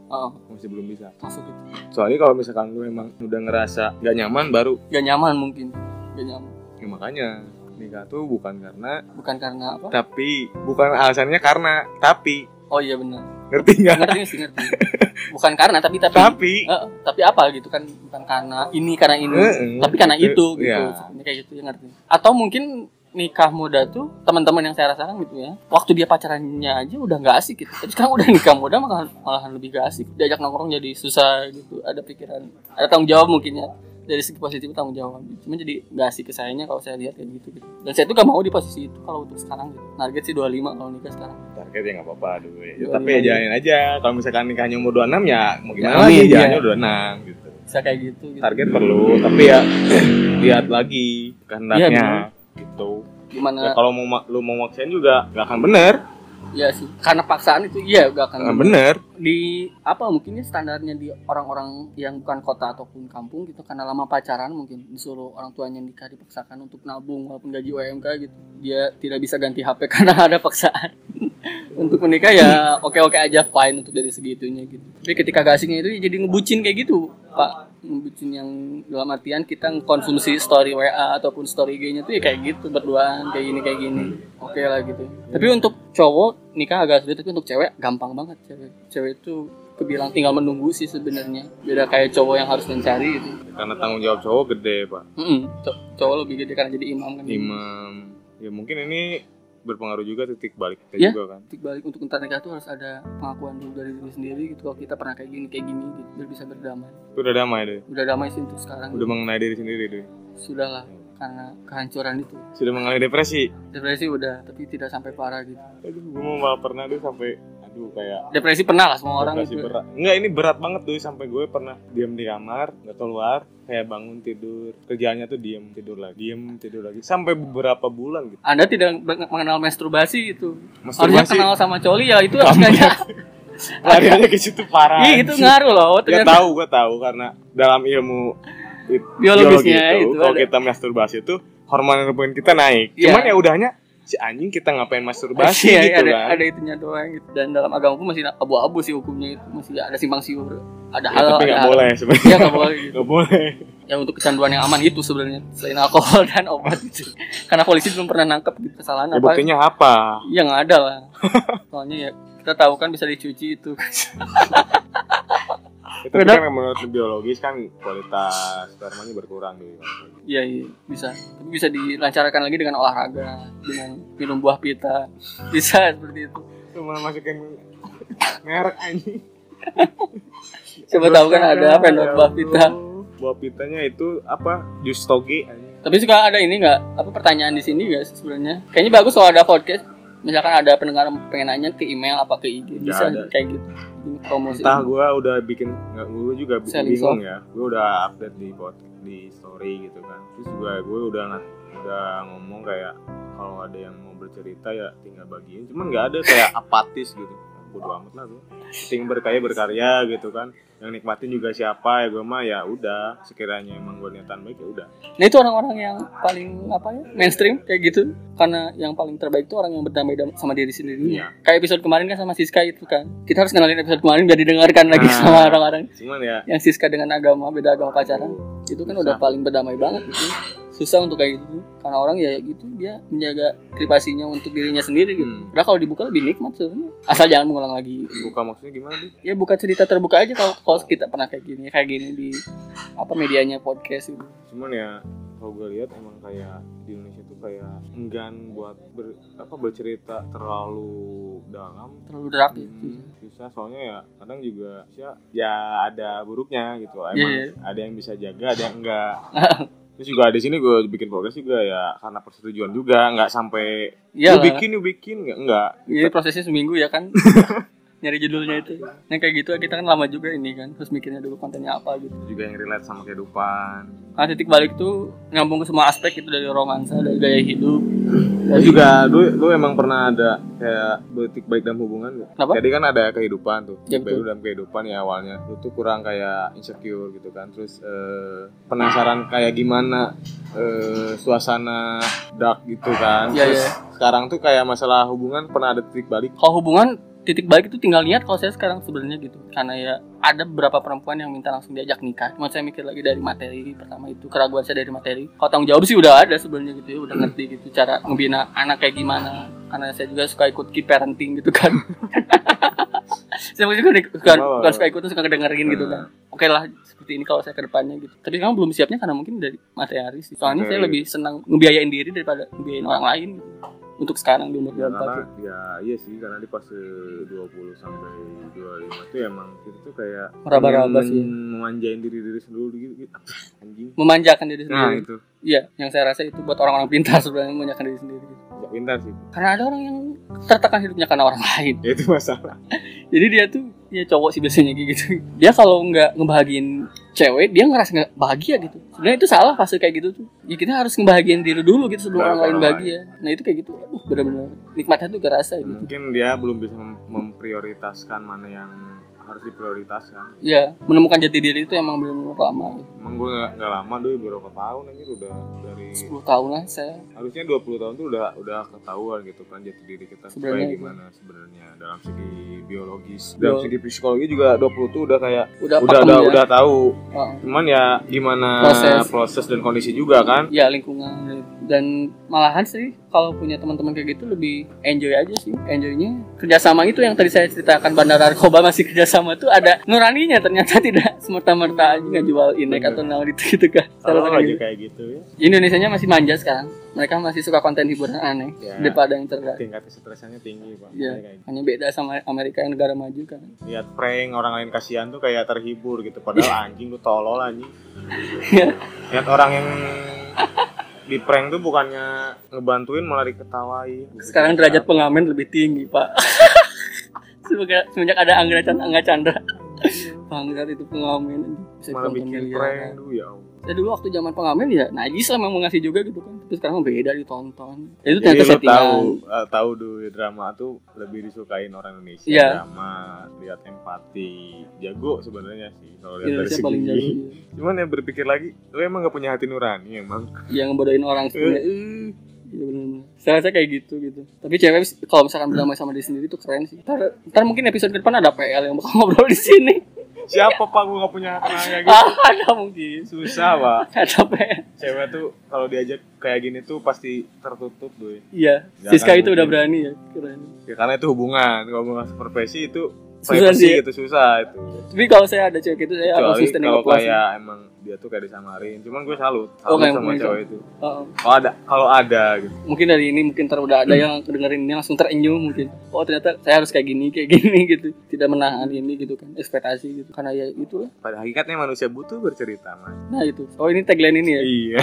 Oh. Masih belum bisa. Masuk itu. Soalnya kalau misalkan lu emang udah ngerasa gak nyaman baru. Gak nyaman mungkin. Gak nyaman. Ya, makanya nikah tuh bukan karena. Bukan karena apa? Tapi bukan alasannya karena tapi. Oh iya benar. Ngerti nggak? Ngerti sih ngerti. Bukan karena tapi tapi. Tapi. Uh, tapi apa gitu kan? Bukan karena ini karena ini. Uh, tapi karena itu gitu. Ya. Ini kayak gitu ya ngerti. Atau mungkin nikah muda tuh teman-teman yang saya rasakan gitu ya. Waktu dia pacarannya aja udah nggak asik gitu. Tapi sekarang udah nikah muda malah malahan lebih gak asik. Diajak nongkrong jadi susah gitu. Ada pikiran, ada tanggung jawab mungkin ya. Dari segi positif tanggung jawab. Cuma jadi gak asik ke sayanya kalau saya lihat kayak gitu gitu. Dan saya tuh gak mau di posisi itu kalau untuk sekarang gitu. Target sih dua puluh lima kalau nikah sekarang. Target ya nggak apa-apa dulu. Ya. dua puluh lima Tapi ya jalanin aja. Kalau misalkan nikahnya umur dua puluh enam ya mau gimana ya, lagi amin, jalannya ya. dua puluh enam gitu. Bisa kayak gitu, gitu. Target perlu, tapi ya lihat lagi kehendaknya ya, gitu. Gimana? Ya, kalau mau lu mau maksain juga nggak akan bener. Iya sih. Karena paksaan itu iya gak akan Nggak bener. Di apa mungkinnya standarnya di orang-orang yang bukan kota ataupun kampung gitu karena lama pacaran mungkin disuruh orang tuanya nikah dipaksakan untuk nabung walaupun gaji U M K gitu. Dia tidak bisa ganti H P karena ada paksaan. Untuk menikah ya oke-oke aja fine untuk dari segitunya gitu. Tapi ketika gasingnya itu jadi ngebucin kayak gitu, Pak. Ngebucin yang dalam artian kita konsumsi story W A ataupun story I G-nya tuh ya kayak gitu berduaan kayak gini kayak gini. Oke lah gitu. Tapi untuk cowok nikah agak sulit, tapi untuk cewek gampang banget cewek. Cewek itu kebilang tinggal menunggu sih sebenarnya. Beda kayak cowok yang harus mencari gitu. Karena tanggung jawab cowok gede, Pak. Mm-mm. C- cowok lebih gede karena jadi imam kan. Imam. Ya mungkin ini berpengaruh juga titik balik kita ya, juga kan. Titik balik untuk entar nikah tuh harus ada pengakuan dulu dari diri sendiri gitu kalau kita pernah kayak gini kayak gini gitu biar bisa berdamai. Itu udah damai deh. Udah damai sih untuk sekarang. Udah mengenai diri sendiri deh. Sudahlah karena kehancuran itu. Sudah mengalami depresi. Depresi udah tapi tidak sampai parah gitu. Aduh, gue mau malah pernah deh sampai aduh kayak depresi pernah lah semua orang depresi gitu. berat. Enggak, ini berat banget tuh sampai gue pernah diam di kamar, enggak keluar, kayak bangun tidur. Kerjaannya tuh diam tidur lagi, diam tidur lagi sampai beberapa bulan gitu. Anda tidak mengenal masturbasi itu. Masturbasi. Harusnya kenal sama coli ya itu harusnya. Lariannya ke situ parah. Iya itu ngaruh loh. Gue tahu, gue tahu karena dalam ilmu it, biologisnya biologi itu, itu kalau ada. kita masturbasi itu hormon-hormon kita naik. Ya. Cuman ya udahnya si anjing kita ngapain masturbasi ya, gitu ada, kan. ada itunya doang gitu. Dan dalam agama pun masih abu-abu sih hukumnya itu, masih ada simpang siur. Ada Ya, hal tapi nggak boleh sebenarnya. Iya nggak boleh. Gitu. Nggak boleh. Ya untuk kecanduan yang aman itu sebenarnya selain alkohol dan obat itu. Karena polisi belum pernah nangkep gitu kesalahan Ya apa. buktinya apa? Iya nggak ada lah. Soalnya ya kita tahu kan bisa dicuci itu. Ya, tapi kan menurut biologis kan kualitas spermanya berkurang gitu. Iya iya bisa. Tapi bisa dilancarkan lagi dengan olahraga, dengan minum buah pita. Bisa seperti itu. Cuma masukin merek anjing. Coba tahu kan ada apa yang buah pita. Buah pitanya itu apa? Jus toge anjing. Tapi suka ada ini nggak? Apa pertanyaan di sini guys sebenarnya? Kayaknya bagus kalau ada podcast. Misalkan ada pendengar pengen nanya ke email apa ke I G bisa ada. kayak gitu. Ini promosi. Entah gue udah bikin, nggak gue juga Selling bingung ya. Gue udah update di podcast, di story gitu kan. Terus juga gue udah udah ngomong kayak kalau ada yang mau bercerita ya tinggal bagiin. Cuman nggak ada kayak apatis gitu. Bodo amat lah gue. Ting berkarya berkarya gitu kan. Yang nikmatin juga siapa ya gue mah ya udah. Sekiranya emang gue niatan baik ya udah. Nah itu orang-orang yang paling apa ya mainstream kayak gitu. Karena yang paling terbaik itu orang yang berdamai sama diri sendiri. Iya. Kayak episode kemarin kan sama Siska itu kan. Kita harus kenalin episode kemarin biar didengarkan lagi Nah, sama orang-orang. Cuman ya. Yang Siska dengan agama beda agama pacaran. Itu kan udah paling berdamai banget gitu. Susah untuk kayak gitu karena orang ya gitu dia menjaga privasinya untuk dirinya sendiri gitu. Hmm. Padahal kalau dibuka lebih nikmat sebenarnya. Asal jangan mengulang lagi. Buka maksudnya gimana sih? Ya buka cerita terbuka aja kalau kalau kita pernah kayak gini, kayak gini di apa medianya podcast gitu. Cuman ya kalau gue lihat emang kayak di Indonesia tuh kayak enggan buat ber, apa bercerita terlalu dalam, Terlalu derak hmm, gitu. susah soalnya ya kadang juga ya, ya ada buruknya gitu. Emang Yeah, yeah. ada yang bisa jaga, ada yang enggak. Terus juga di sini gue bikin podcast juga ya karena persetujuan juga, nggak sampai Iyalah. lu bikin, lu bikin nggak enggak. Iya prosesnya seminggu ya kan. Nyari judulnya itu. Yang kayak gitu kita kan lama juga ini kan. Terus mikirnya dulu kontennya apa gitu. Juga yang relate sama kehidupan. Nah titik balik tuh nyambung ke semua aspek itu dari romansa, dari gaya hidup. Lu juga, lu, lu emang pernah ada kayak bertitik baik dalam hubungan gak? Kenapa? Jadi kan ada kehidupan tuh, Ya, titik baik dalam kehidupan ya awalnya. Lu tuh kurang kayak insecure gitu kan. Terus eh, penasaran kayak gimana eh, suasana dark gitu kan. Iya, Terus iya. sekarang tuh kayak masalah hubungan pernah ada titik balik. Kalau hubungan titik balik itu tinggal niat kalau saya sekarang sebenarnya gitu. Karena ya ada beberapa perempuan yang minta langsung diajak nikah. Cuma saya mikir lagi dari materi pertama itu, keraguan saya dari materi. Kalau tanggung jawab sih udah ada sebenarnya gitu ya, udah ngerti gitu cara membina anak kayak gimana. Karena saya juga suka ikut key parenting gitu kan. Saya juga suka, suka, suka ikut, suka kedengerin gitu kan. Oke lah seperti ini kalau saya ke depannya gitu. Tapi kamu belum siapnya karena mungkin dari materi sih. Soalnya okay. Saya lebih senang ngebiayain diri daripada ngebiayain orang lain gitu. Untuk sekarang di umur ya, dua puluh empat karena, ya iya sih karena di fase dua puluh sampai dua puluh lima tuh emang itu tuh kayak meraba-raba sih memanjain diri-diri sendiri gitu, gitu. Anjing memanjakan diri sendiri. Nah itu iya yang saya rasa itu buat orang-orang pintar sebenarnya memanjakan diri sendiri gitu. Ya pintar sih karena ada orang yang tertekan hidupnya karena orang lain ya, itu masalah. Jadi dia tuh ya cowok sih biasanya gitu dia kalau nggak ngebahagiin cewek dia ngerasa nggak bahagia gitu. Sebenarnya itu salah fase kayak gitu tuh. Ya kita harus ngebahagiain diri dulu gitu sebelum nah, orang lain bahagia. Nah itu kayak gitu. Aduh benar-benar nikmatnya tuh gak rasa gitu. Mungkin dia belum bisa mem- memprioritaskan mana yang harus diprioritaskan. Iya, menemukan jati diri itu emang belum lama. Gitu. Emang gue nggak nggak lama dulu berapa tahun aja udah dari sepuluh tahun lah saya. Harusnya dua puluh tahun tuh udah udah ketahuan gitu kan jati diri kita sebenarnya gimana sebenarnya dalam segi biologis, Bio. dalam segi psikologi juga dua puluh tuh udah kayak udah udah udah, ya. udah tahu. Oh. Cuman ya gimana proses. proses dan kondisi juga kan? Ya lingkungan dan malahan sih kalau punya teman-teman kayak gitu lebih enjoy aja sih. Enjoynya kerjasama itu yang tadi saya ceritakan bandar narkoba masih kerjasama tuh ada nuraninya ternyata tidak semerta-merta aja nggak jual inek atau nol itu gitu kan. Kalau aja gitu. Kayak gitu ya. Indonesianya masih manja sekarang. Mereka masih suka konten hiburan aneh ya, daripada yang cerdas. Tingkat kesetresannya tinggi pak. Ya, hanya beda sama Amerika yang negara maju kan. Lihat prank orang lain kasihan tuh kayak terhibur gitu. Padahal anjing lu tolol anjing. Lihat orang yang di prank tuh bukannya ngebantuin malah diketawain. Sekarang derajat pengamen lebih tinggi pak. Semenjak, semenjak ada Angga Chandra, Angga Chandra. Bangsat itu pengamen bisa malah bikin prank dulu ya. Ya dulu waktu zaman pengamen ya najis lah memang ngasih juga gitu kan. Tapi sekarang beda ditonton. Ya, itu ternyata settingan. Tahu uh, tahu dulu drama tuh lebih disukain orang Indonesia. Ya. Drama, lihat empati, jago sebenarnya sih kalau lihat dari segi. Jago, cuman yang berpikir lagi, lu emang gak punya hati nurani emang. Yang ngebodohin orang sebenarnya. Iya benar. Saya rasa kayak gitu gitu. Tapi cewek kalau misalkan berdamai sama diri sendiri tuh keren sih. Ntar, ntar mungkin episode ke depan ada P L yang bakal ngobrol di sini. Siapa pak gue gak punya kenalnya gitu. Ah, ada mungkin. Susah pak. Ada P L. Cewek tuh kalau diajak kayak gini tuh pasti tertutup tuh. Iya. Siska itu udah berani ya. Keren. Ya karena itu hubungan. Kalau hubungan profesi itu privacy gitu susah itu. Tapi kalau saya ada cewek itu saya harus konsisten kalau kayak emang dia tuh kayak disamarin. Cuman gue salut, salut okay, sama cewek itu. Oh. Kalau ada, kalau ada gitu. Mungkin dari ini mungkin ntar udah ada hmm. yang dengerin ini langsung terenyuh mungkin. Oh ternyata saya harus kayak gini, kayak gini gitu. Tidak menahan ini gitu kan, ekspektasi gitu. Karena ya itulah. Pada hakikatnya manusia butuh bercerita mas. Nah itu. Oh ini tagline ini ya. Iya.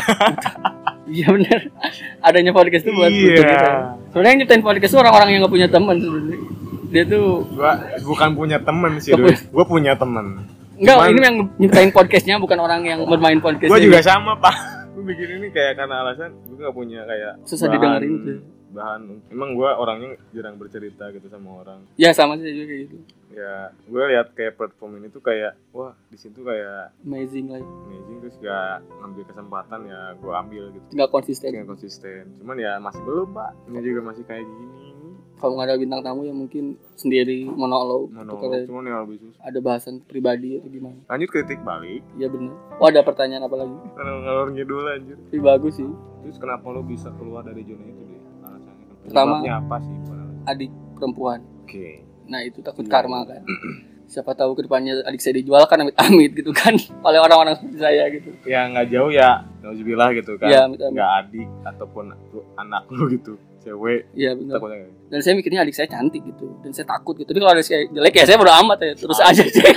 Iya benar. Adanya podcast itu buat iya. butuh kita. Sebenarnya yang nyiptain podcast itu orang-orang yang nggak punya teman sebenarnya. Dia tuh. Gua bukan punya teman sih, gue punya teman. Enggak, cuman, ini yang nyiptain podcastnya bukan orang yang bermain podcast. Gue juga sama pak. Gue bikin ini kayak karena alasan gue gak punya kayak susah bahan, didengerin tuh. Bahan. Emang gue orangnya jarang bercerita gitu sama orang. Ya sama sih juga kayak gitu. Ya gue lihat kayak platform ini tuh kayak wah di situ kayak amazing lah. Amazing terus gak ngambil kesempatan ya gue ambil gitu. Gak konsisten. Gak konsisten. Cuman ya masih belum pak. Ini juga masih kayak gini. Kalau nggak ada bintang tamu ya mungkin sendiri monolog. Monolog, cuman yang lebih susah. Ada bahasan pribadi atau gimana? Lanjut kritik balik. Iya benar. Oh ada pertanyaan apa lagi? Ngalor ngidul anjir. Tapi bagus sih. Terus kenapa lo bisa keluar dari zona itu deh? Alasannya pertama apa sih? Adik perempuan. Oke. Okay. Nah itu takut yeah. karma kan. Siapa tahu kedepannya adik saya dijual kan amit-amit gitu kan oleh orang-orang seperti saya gitu. Ya nggak jauh ya, nauzubillah gitu kan. Ya, nggak adik ataupun anak lu gitu. Cewek. Iya benar. Dan saya mikirnya adik saya cantik gitu. Dan saya takut gitu. Tapi kalau adik saya jelek ya saya bodo amat ya. Terus ah. aja sih.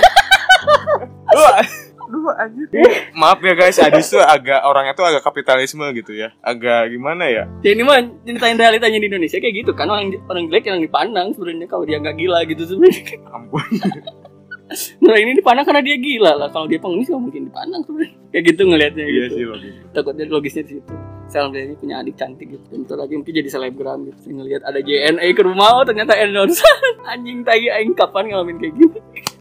Lu Aduh anjir. Maaf ya guys, Adis tuh agak orangnya tuh agak kapitalisme gitu ya. Agak gimana ya? Ya ini mah ceritain realitanya di Indonesia kayak gitu kan. Orang orang jelek yang dipandang sebenarnya kalau dia enggak gila gitu sebenarnya. Ampun. Nah ini dipandang karena dia gila lah. Kalau dia pengemis gak mungkin dipandang sebenarnya. Kayak gitu ngelihatnya iya gitu. Sih logis. Takutnya logisnya di situ. Saya alhamdulillah ini punya adik cantik gitu. Dan bentar lagi mungkin jadi selebgram gitu. Saya ngelihat ada J N E ke rumah, oh ternyata endorse. Anjing tai aing kapan ngalamin kayak gini.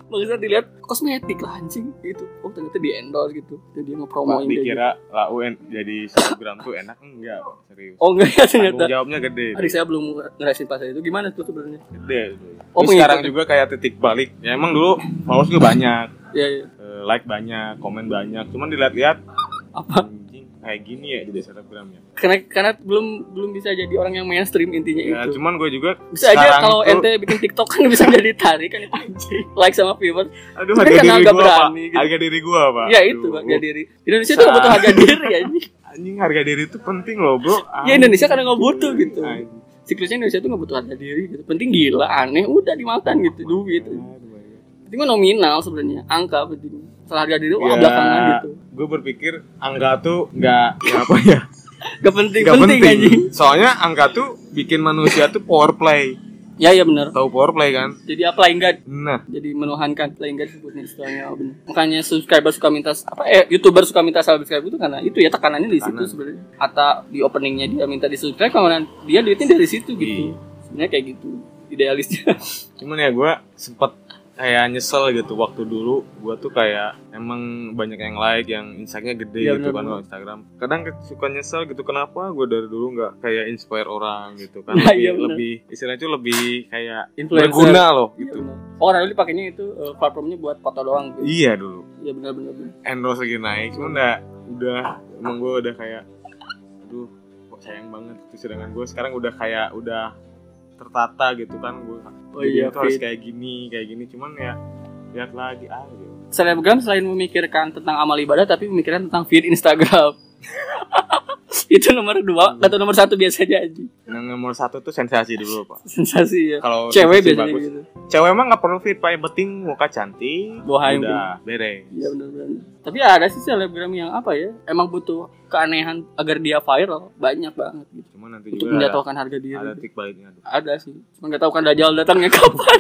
Maksudnya dilihat kosmetik lah anjing gitu. Oh ternyata di endorse gitu. Jadi dia ngepromoin dia. Dikira gitu. Lah U N jadi selebgram tuh enak enggak, serius. Oh enggak ya ternyata. Tanggung jawabnya gede. Adik saya belum ngerasain pas itu. Gimana tuh sebenarnya? Gede. Oh, terus sekarang juga kayak titik balik. Ya emang dulu followers juga banyak. Iya iya. Like banyak, komen banyak. Cuman dilihat-lihat apa? Anjing kayak gini ya jadi selebgramnya. Karena karena belum belum bisa jadi orang yang mainstream intinya ya, itu. Cuman gue juga bisa aja kalau itu... ente bikin TikTok kan bisa jadi tarik kan itu anjing. Like sama viewers. Aduh, harga diri gue apa? Gitu. Harga diri gue apa? Ya itu harga diri. Indonesia tuh gak butuh harga diri anjing. Anjing harga diri itu penting loh, Bro. Ya Indonesia kadang gak butuh gitu. Anjing. Siklusnya Indonesia tuh gak butuh harga diri gitu. Penting gila, aneh, udah dimakan gitu, duit. Penting mah nominal sebenarnya, angka penting. Soal harga diri, wah ya, belakangan gitu. Gue berpikir angka tuh gak, ya apa ya? Gak penting, gak penting, penting aja. Soalnya angka tuh bikin manusia tuh power play. Ya ya benar. Tahu power play kan? Jadi apa enggak? Nah, jadi menuhankan play enggak sebutnya istilahnya, oh, benar. Makanya subscriber suka minta apa eh YouTuber suka minta subscribe itu karena itu ya tekanannya di situ sebenarnya. Atau di openingnya dia minta di subscribe karena dia duitnya dari situ gitu. Iya. Sebenarnya kayak gitu idealisnya. Cuman ya gue sempet kayak nyesel gitu waktu dulu gue tuh kayak emang banyak yang like yang insightnya gede ya, gitu bener, kan kalau Instagram kadang suka nyesel gitu kenapa gue dari dulu nggak kayak inspire orang gitu kan nah, lebih, iya lebih istilahnya itu lebih kayak influencer. Berguna loh gitu ya, oh orang dulu pakainya itu uh, platformnya buat foto doang gitu. Iya dulu iya benar-benar endorse lagi naik cuma udah udah emang gue udah kayak aduh kok sayang banget gitu sedangkan gue sekarang udah kayak udah tertata gitu kan gue oh iya itu harus kayak gini kayak gini cuman ya lihat lagi ah gitu. Selebgram selain memikirkan tentang amal ibadah tapi memikirkan tentang feed Instagram. Itu nomor dua atau nomor satu biasanya aja. Yang nomor satu tuh sensasi dulu pak. Sensasi ya. Kalau cewek biasanya gitu. Cewek emang nggak perlu feed pak, yang penting muka cantik. Bohong udah beres. Iya benar-benar. Tapi ada sih selebgram yang apa ya? Emang butuh keanehan agar dia viral banyak banget gitu. Cuma nanti untuk juga menjatuhkan harga diri. Ada tik baliknya. Ada sih. Cuma nggak tahu kan Dajjal datangnya kapan.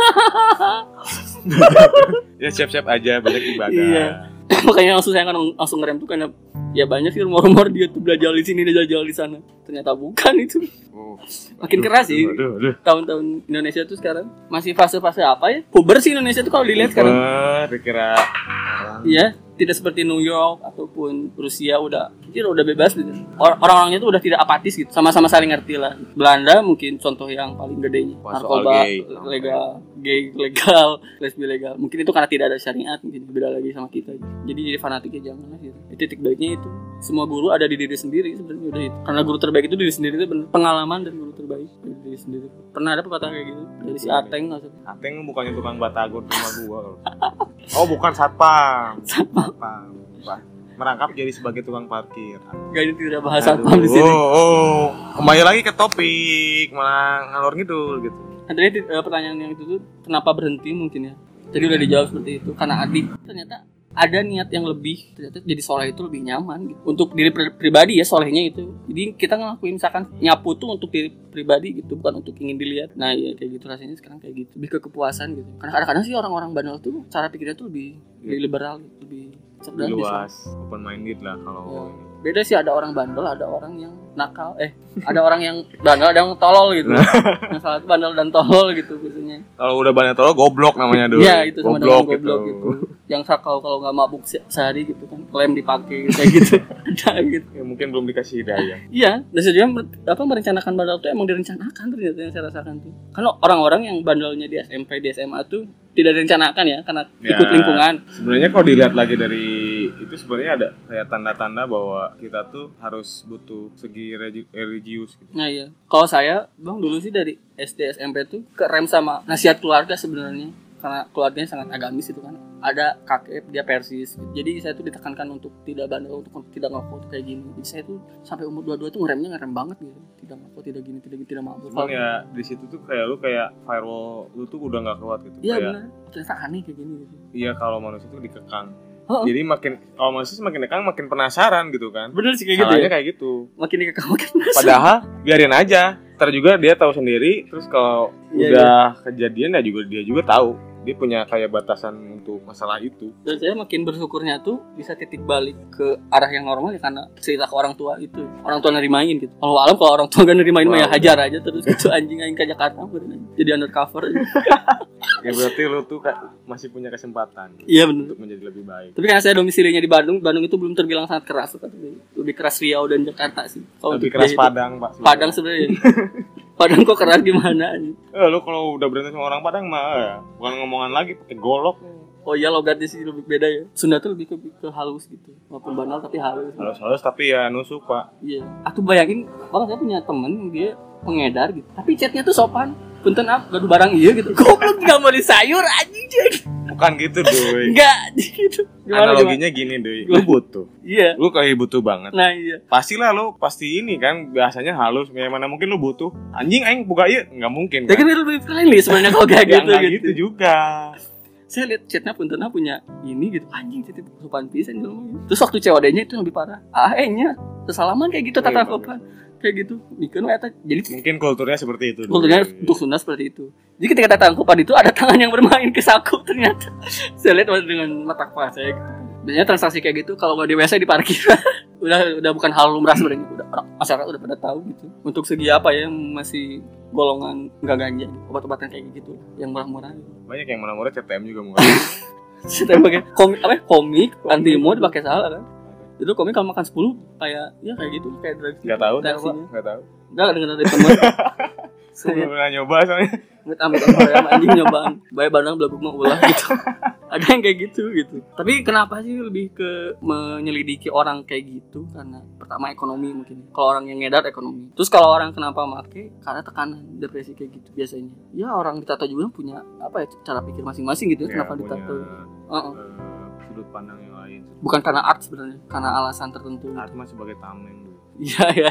Ya siap-siap aja banyak ibadah. Iya. Makanya langsung saya kan langsung ngerem tuh karena ya banyak sih rumor-rumor dia tuh belajar di sini, belajar di sana. Ternyata bukan itu. Oh, makin aduh, keras sih. Aduh, aduh. Tahun-tahun Indonesia tuh sekarang masih fase-fase apa ya? Puber sih Indonesia tuh kalau dilihat sekarang. Dikira iya, tidak seperti New York ataupun Rusia udah kira udah bebas gitu. Orang-orangnya tuh udah tidak apatis gitu. Sama-sama saling ngerti lah. Belanda mungkin contoh yang paling gedenya. Narkoba legal, gay legal, lesbi legal. Mungkin itu karena tidak ada syariat, mungkin beda lagi sama kita. Jadi jadi fanatiknya jangan lah gitu. Titik baiknya itu semua guru ada di diri sendiri sebenarnya udah itu. Karena guru terbaik itu diri sendiri itu benar. Pengalaman dan guru terbaik dari diri sendiri. Pernah ada pepatah kayak gitu dari si Ateng nggak sih? Ateng bukannya tukang batagor rumah gua. Oh bukan satpam. Satpam. Merangkap jadi sebagai tukang parkir. Gak ini tidak bahas satpam di sini. Oh, oh, kembali lagi ke topik malah ngalor ngidul gitu. Tadi pertanyaan yang itu tuh kenapa berhenti mungkin ya? Jadi udah dijawab seperti itu karena adik ternyata ada niat yang lebih ternyata jadi soleh itu lebih nyaman gitu. Untuk diri pribadi ya solehnya itu. Jadi kita ngelakuin misalkan nyapu tuh untuk diri pribadi gitu bukan untuk ingin dilihat. Nah ya kayak gitu rasanya sekarang kayak gitu. Lebih ke kepuasan gitu. Karena kadang-kadang sih orang-orang bandel tuh cara pikirnya tuh lebih, ya. lebih liberal gitu. Lebih cerdas luas, open minded lah kalau ya. Beda sih ada orang bandel, ada orang yang nakal. Eh, ada orang yang bandel, ada yang tolol gitu. Yang salah itu bandel dan tolol gitu biasanya. Kalau udah bandel tolol goblok namanya dulu. Iya, itu sama goblok, dengan goblok gitu. gitu. Yang sakau kalau enggak mabuk sehari gitu kan, klaim dipakai kayak gitu. Ada gitu. Ya, mungkin belum dikasih hidayah. Iya, dan sejujurnya apa merencanakan bandel itu emang direncanakan ternyata yang saya rasakan tuh. Karena orang-orang yang bandelnya di S M P, di S M A tuh tidak direncanakan ya karena ya, ikut lingkungan. Sebenarnya kalau dilihat lagi dari itu sebenarnya ada kayak tanda-tanda bahwa kita tuh harus butuh segi religius gitu. Nah iya. Kalau saya, Bang dulu sih dari S D S M P tuh kerem sama nasihat keluarga sebenarnya. Karena keluarganya sangat agamis itu kan. Ada kakek dia Persis. Jadi saya tuh ditekankan untuk tidak bandel, untuk tidak ngerokok kayak gini. Jadi saya tuh sampai umur dua puluh dua tuh ngeremnya ngerem banget gitu. Tidak ngerokok, tidak gini, tidak gini, tidak mabuk. Cuman ya di situ tuh kayak lu kayak firewall lu tuh udah enggak kuat gitu. Iya kayak, benar. Ternyata aneh kayak gini gitu. Iya kalau manusia tuh dikekang. Oh. Jadi makin kalau manusia semakin dikekang makin penasaran gitu kan. Bener sih kayak gitu. Salahnya ya? kayak gitu. Makin dikekang makin penasaran. Padahal biarin aja. Ntar juga dia tahu sendiri. Terus kalau ya, udah ya. kejadian ya juga dia juga tahu. dia punya kayak batasan untuk masalah itu. Dan saya makin bersyukurnya tuh bisa titik balik ke arah yang normal ya karena cerita ke orang tua itu. Orang tua nerimain gitu. Kalau alam kalau orang tua gak nerimain mah ya hajar aja terus gitu anjing aing ke Jakarta jadi undercover. Ya berarti lu tuh masih punya kesempatan. Iya benar. Untuk menjadi lebih baik. Tapi karena saya domisilinya di Bandung, Bandung itu belum terbilang sangat keras, tapi lebih keras Riau dan Jakarta sih. Kalau lebih keras Padang, Pak. Padang sebenarnya. Padang kok keras gimana aja? Eh, lu kalau udah berantem sama orang Padang mah ya, bukan ngomongan lagi pakai golok. Oh iya logatnya sih lebih beda ya. Sunda tuh lebih ke, ke halus gitu. Walaupun banal tapi halus. Halus-halus tapi ya nusuk, Pak. Iya. Aku bayangin, bahkan saya punya temen dia pengedar gitu. Tapi chatnya tuh sopan. Punten up, gaduh barang iya gitu. Goblok enggak mau di sayur anjing jadi. Bukan gitu, Doi. Enggak gitu. Gimana, analoginya gimana? Gini, Doi. Lu butuh. Iya. Lu kayak butuh banget. Nah, iya. Pastilah lu pasti ini kan biasanya halus. Gimana mungkin lu butuh. Anjing aing buka ieu enggak mungkin. Kan? Ya kan lebih friendly sebenarnya kalau kayak gitu gitu. gitu juga. Saya lihat chatnya Puntena punya ini gitu. Anjing chatnya sopan pisan jelema. Terus waktu C O D-nya itu lebih parah. Ah, nya sesalaman kayak gitu tata sopan. Kayak gitu, bikin eta jadi mungkin kulturnya seperti itu. Kulturnya dulu. Untuk Sunda seperti itu. Jadi ketika tangkupan itu ada tangan yang bermain ke saku ternyata. Saya lihat dengan mata kepala saya. Biasanya transaksi kayak gitu kalau nggak di W C di parkir. udah udah bukan hal lumrah sebenarnya. Udah orang masyarakat udah pada tahu gitu. Untuk segi apa ya masih golongan nggak ganja, obat-obatan kayak gitu yang murah-murah. Banyak yang murah-murah C T M juga murah. C T M pakai komik apa? Komik, komik antimo dipakai salah kan? Itu komik kalau makan sepuluh kayak ya kayak gitu kayak drive enggak tahu enggak tahu enggak dengar dari teman saya belum pernah nyoba soalnya amit amit ya anjing nyobaan bae Bandung belum mau ulah gitu ada yang kayak gitu gitu tapi kenapa sih lebih ke menyelidiki orang kayak gitu karena pertama ekonomi mungkin kalau orang yang ngedar ekonomi terus kalau orang kenapa make karena tekanan depresi kayak gitu biasanya ya orang ditato juga punya apa ya cara pikir masing-masing gitu ya, ya kenapa ditato uh-uh. uh, sudut pandang yang lain bukan karena art sebenarnya karena alasan tertentu art mah sebagai tameng dulu iya ya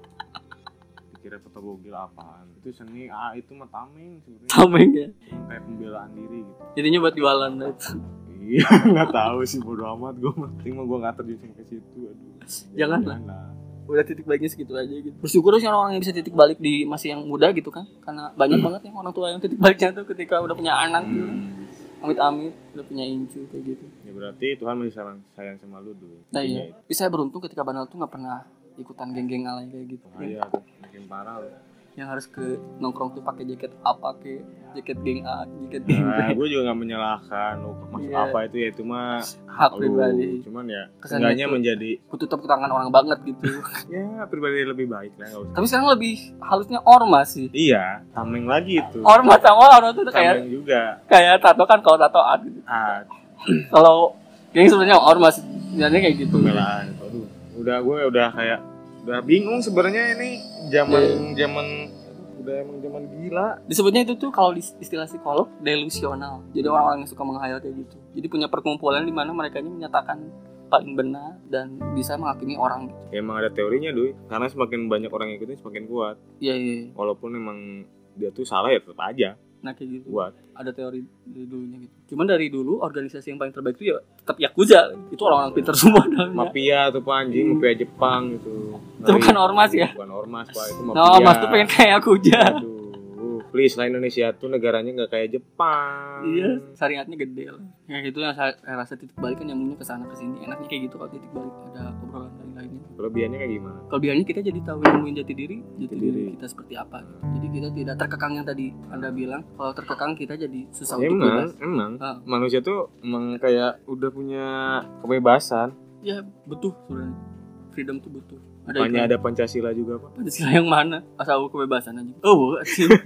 dikira fotogogil apaan itu seni ah itu mah tameng sebenarnya tameng ya kayak pembelaan diri gitu jadinya buat jualan itu iya nggak tahu sih bodo amat gue mah penting mah gue nggak terjun ke situ aduh jangan lah udah titik baliknya segitu aja gitu bersyukur sih orang yang bisa titik balik di masih yang muda gitu kan karena banyak hmm. banget yang orang tua yang titik baliknya tuh ketika udah punya anak gitu hmm. amit-amit udah punya incu kayak gitu ya berarti Tuhan masih sayang, sayang sama lu dulu nah iya tapi saya beruntung ketika Banal tuh nggak pernah ikutan geng-geng alay kayak gitu oh, iya tuh makin parah loh yang harus ke nongkrong tuh pakai jaket apa ke jaket geng A, jaket geng B. Nah, gue juga nggak menyalahkan lo maksud yeah. apa itu ya itu mah hak pribadi. Cuman ya enggaknya menjadi kututup tangan orang banget gitu. Ya pribadi lebih baik lah. Usah. Tapi sekarang lebih halusnya ormas sih. Iya, tameng lagi itu. Ormas sama ormas itu kayak tameng juga. Kayak tato kan kalau tatoan. Gitu. Ah. Kalau geng sebenarnya ormas, sebenarnya kayak gitu. Pembelaan. Aduh, udah gue udah kayak udah bingung sebenarnya ini zaman zaman udah emang zaman gila. Disebutnya itu tuh kalau istilah psikolog delusional. Jadi orang-orang yang suka menghayal kayak gitu. Jadi punya perkumpulan di mana mereka ini menyatakan paling benar dan bisa menghakimi orang gitu. Ya, emang ada teorinya, Doi. Karena semakin banyak orang yang ikutin semakin kuat. Iya, iya. Walaupun emang dia tuh salah ya tetap aja. Nah kayak gitu. Kuat. Ada teori dari dulunya gitu. Cuman dari dulu organisasi yang paling terbaik itu ya tetap Yakuza. Itu orang-orang pintar semua dalamnya. Mafia tuh Pak anjing, hmm. mafia Jepang gitu. Itu bukan ormas ya? Bukan ormas Pak, itu mafia. No, ormas tuh pengen kayak Yakuza. Aduh, please lah Indonesia tuh negaranya enggak kayak Jepang. Iya, syariatnya gede lah. Ya itu yang saya, saya rasa titik balik kan nyambungnya ke sana ke sini. Enaknya kayak gitu kalau titik balik ada obrolan lain-lainnya. Kelebihannya kayak gimana? Kelebihannya kita jadi tahu nemuin jati diri, jati diri kita seperti apa gitu. Jadi kita tidak terkekang yang tadi Anda bilang. Kalau terkekang kita jadi susah emang, untuk bebas. Emang, ah. Manusia tuh emang kayak udah punya kebebasan. Ya butuh sebenarnya. Freedom tuh butuh. Ada Hanya ada Pancasila juga Pak. Pancasila yang mana? Asal kebebasan aja. Oh,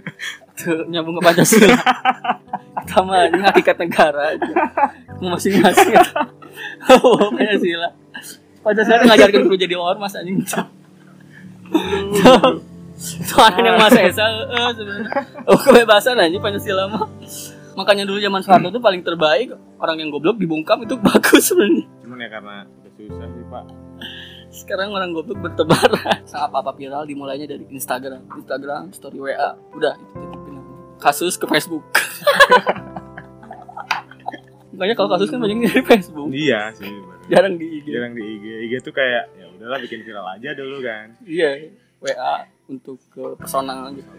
tuh nyambung ke Pancasila. Sama ini hakikat negara aja. Masing-masing. Oh, Pancasila. Pancasila ngajarkan perlu jadi ormas anjing. Tuh ada yang masa esa eh sebenarnya. Oh, kebebasan anjing Pancasila mah. Makanya dulu zaman Soeharto tuh paling terbaik, orang yang goblok dibungkam itu bagus sebenarnya. Cuman ya karena susah sih Pak. Sekarang orang goblok bertebaran. Apa-apa viral dimulainya dari Instagram, Instagram, story W A, udah itu titipin. Kasus ke Facebook. Makanya kalau kasus kan banyak dari Facebook. Iya sih. Jarang di I G. Jarang di I G. I G tuh kayak ya udahlah bikin viral aja dulu kan. Iya, W A untuk ke personal gitu.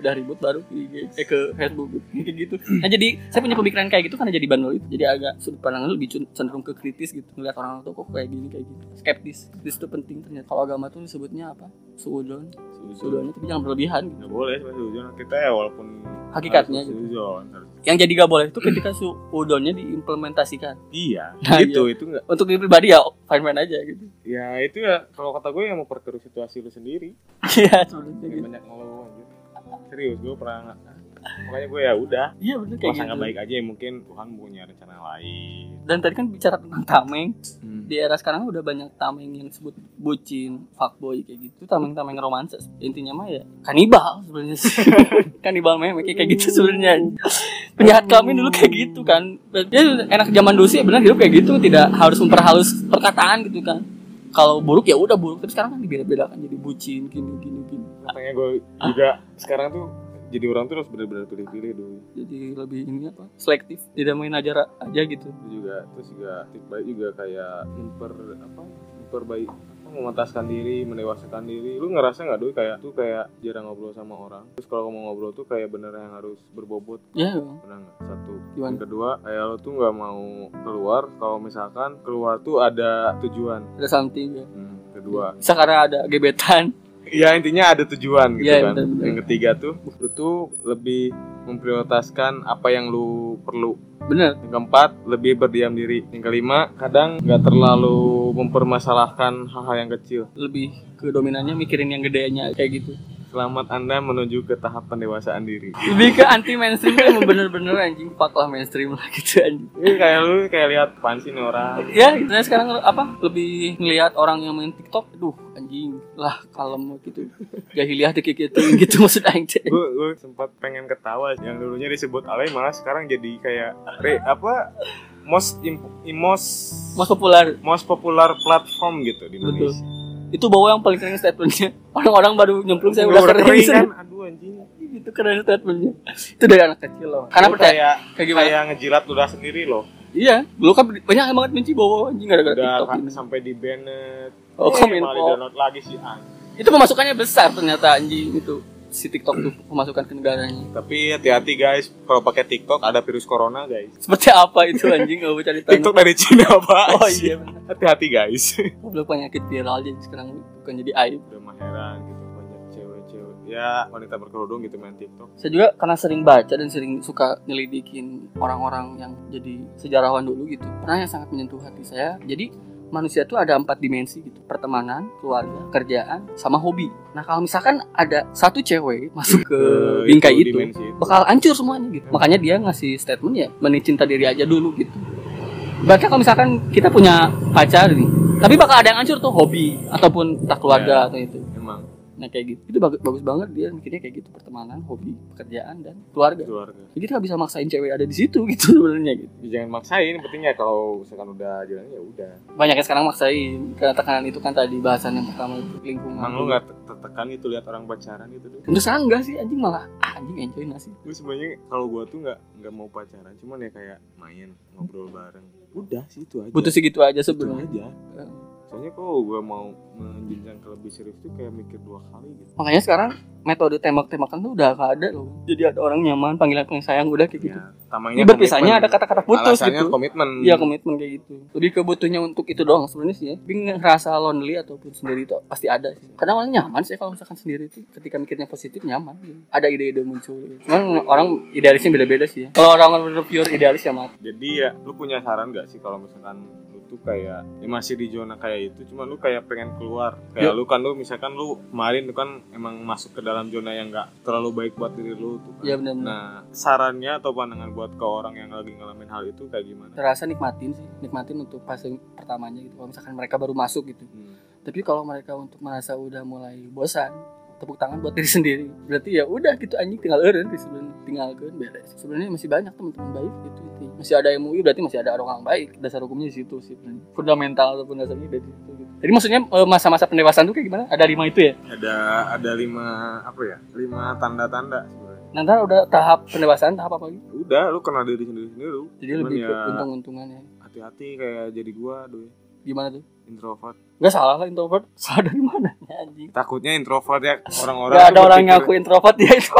udah ribut baru ke I G, eh ke Facebook kayak gitu. Nah jadi saya punya pemikiran kayak gitu karena jadi bandel itu. Jadi agak sudut pandangnya lebih cenderung ke kritis gitu, ngeliat orang tuh kok kayak gini kayak gitu. Skeptis, skeptis itu penting ternyata. Kalau agama tuh disebutnya apa? Suudzon. Suudzon tapi jangan berlebihan. Nggak boleh sama suudzon kita ya walaupun hakikatnya gitu. Suudzon. Yang jadi gak boleh itu ketika suudzonnya diimplementasikan. Iya. Nah, gitu iya. itu nggak. Untuk diri pribadi ya fine fine aja gitu. Ya itu ya kalau kata gue yang memperkeruh situasi lu sendiri. Iya sebenarnya gitu. Banyak ngeluh aja. Serius gue pernah makanya gue ya udah. Iya benar kayak gitu. Nggak baik aja ya mungkin Tuhan punya rencana lain. Dan tadi kan bicara tentang tameng. Hmm. Di era sekarang udah banyak tameng yang disebut bucin, fuckboy kayak gitu. Tameng-tameng romansa intinya mah ya kanibal sebenarnya. Kanibal meme kayak gitu sebenarnya. Penjahat kami dulu kayak gitu kan. Ya enak zaman dulu sih benar hidup kayak gitu, tidak harus memperhalus perkataan gitu kan. Kalau buruk ya udah buruk, tapi sekarang kan dibeda-bedakan jadi bucin gini gini gini. Makanya gue juga sekarang tuh jadi orang tuh harus benar-benar pilih-pilih dulu. Jadi lebih ini apa? Selektif, tidak main aja aja gitu. Itu juga terus juga tip baik juga kayak memper apa? Memperbaik apa memantaskan diri, mendewasakan diri. Lu ngerasa enggak dulu kayak tuh kayak jarang ngobrol sama orang. Terus kalau mau ngobrol tuh kayak bener yang harus berbobot. Iya, Pernah enggak? Satu. Gimana? Yang kedua, kayak lu tuh enggak mau keluar kalau misalkan keluar tuh ada tujuan. Ada something ya. Hmm, kedua. Bisa karena ada gebetan. Ya intinya ada tujuan gitu ya, kan. Bener, bener. Yang ketiga tuh lu tuh lebih memprioritaskan apa yang lu perlu. Bener. Yang keempat lebih berdiam diri. Yang kelima kadang nggak terlalu mempermasalahkan hal-hal yang kecil. Lebih ke dominannya mikirin yang gedenya kayak gitu. Selamat Anda menuju ke tahap pendewasaan diri. Lebih ke anti mainstream tuh emang bener-bener anjing, fuck lah mainstream lah gitu anjing. Ini kayak lu kayak lihat apaan sih nih orang. Ya, gitu sekarang apa? Lebih ngelihat orang yang main TikTok, aduh anjing lah kalem gitu. Jahiliah kayak gitu gitu maksud aing teh. Gue gue sempat pengen ketawa yang dulunya disebut alay malah sekarang jadi kayak re, apa most imp, most most populer most popular platform gitu di Indonesia. Betul. Itu bawa yang paling keren statementnya. Orang-orang baru nyemplung saya udah keren, keren kan. Aduh anjing. Itu keren statementnya. Itu dari anak kecil loh. Karena percaya kayak kayak gimana? Kayak ngejilat ludah sendiri loh. Iya, dulu kan banyak banget benci bawa anjing gara-gara TikTok kan, ini. Sampai di banned. Oh, eh, komen malah di-download lagi sih anjing. Itu pemasukannya besar ternyata anjing itu. Si TikTok tuh pemasukan ke negaranya. Tapi hati-hati guys, kalau pakai TikTok ada virus corona guys. Seperti apa itu anjing? Enggak mau cari tahu. TikTok dari Cina Pak. Oh iya benar. Hati-hati guys. Goblok penyakit viral jadi sekarang bukan jadi aib. Udah mah heran gitu banyak cewek-cewek. Ya, wanita berkerudung gitu main TikTok. Saya juga karena sering baca dan sering suka nyelidikin orang-orang yang jadi sejarawan dulu gitu. Pernah yang sangat menyentuh hati saya. Jadi manusia tuh ada empat dimensi gitu, pertemanan, keluarga, kerjaan, sama hobi. Nah kalau misalkan ada satu cewek masuk ke uh, bingkai itu, itu, bakal hancur semuanya gitu. Hmm. Makanya dia ngasih statement ya, mending cinta diri aja dulu gitu. Bahkan kalau misalkan kita punya pacar nih, tapi bakal ada yang hancur tuh hobi ataupun entah keluarga ya, atau itu. Emang. Nah kayak gitu, itu bagus, bagus banget dia mikirnya kayak gitu, pertemanan, hobi, pekerjaan dan keluarga. Keluarga. Jadi kita nggak bisa maksain cewek ada di situ gitu sebenarnya gitu. Jangan maksain, pentingnya kalau misalkan udah jalan ya udah. Banyak yang sekarang maksain karena tekanan itu kan tadi bahasan yang pertama itu lingkungan. Emang lu nggak tertekan itu lihat orang pacaran gitu deh? Tentu saja enggak sih, anjing malah ah, anjing enjoy nggak sih? Gue sebenarnya kalau gue tuh nggak nggak mau pacaran, cuman ya kayak main ngobrol bareng. Udah sih itu aja. Butuh segitu aja sebenarnya. Aja. Soalnya kalau gue mau menjenjang ke lebih serius tuh kayak mikir dua kali gitu. Makanya sekarang metode tembak-tembakan tuh udah gak ada loh. Jadi ada orang nyaman, panggilan panggilan sayang udah kayak gitu. Ya, tamangnya berpisahnya ada kata-kata putus alasannya gitu. Komitmen. Iya komitmen kayak gitu. Lebih kebutuhnya untuk itu doang sebenarnya sih ya. Tapi ngerasa lonely ataupun sendiri itu pasti ada sih. Kadang orang nyaman sih kalau misalkan sendiri itu. Ketika mikirnya positif nyaman. Gitu. Ada ide-ide muncul. Gitu. Cuman orang idealisnya beda-beda sih ya. Kalau orang bener pure idealis ya mati. Jadi ya, lu punya saran gak sih kalau misalkan tuh kayak ya masih di zona kayak itu, cuma lu kayak pengen keluar kayak Yuk. lu kan lu misalkan lu kemarin tuh kan emang masuk ke dalam zona yang nggak terlalu baik buat diri lu tuh kan. Ya, bener-bener. Nah sarannya atau pandangan buat ke orang yang lagi ngalamin hal itu kayak gimana? Terasa nikmatin sih, nikmatin untuk fase pertamanya gitu kalau misalkan mereka baru masuk gitu. hmm. Tapi kalau mereka untuk merasa udah mulai bosan, tepuk tangan buat diri sendiri. Berarti ya udah gitu anjing tinggal eureun sebenarnya, tinggalkeun beres. Sebenarnya masih banyak teman-teman baik gitu itu. Masih ada M U I berarti masih ada orang baik. Dasar hukumnya di situ sih. Fundamental ataupun dasarnya dari situ gitu. Jadi maksudnya masa-masa pendewasaan tuh kayak gimana? Ada lima itu ya? Ada ada lima apa ya? Lima tanda-tanda sebenarnya. Nanti udah tahap pendewasaan tahap apa lagi? Udah, lu kenal diri sendiri sendiri lu. Jadi cuman lebih ya, ke untung-untungannya. Hati-hati kayak jadi gua dulu. Gimana tuh? Introvert. Enggak salah lah introvert. Salah dari mana anjing? Takutnya introvert ya orang-orang. Enggak ada orang ngaku introvert dia introvert.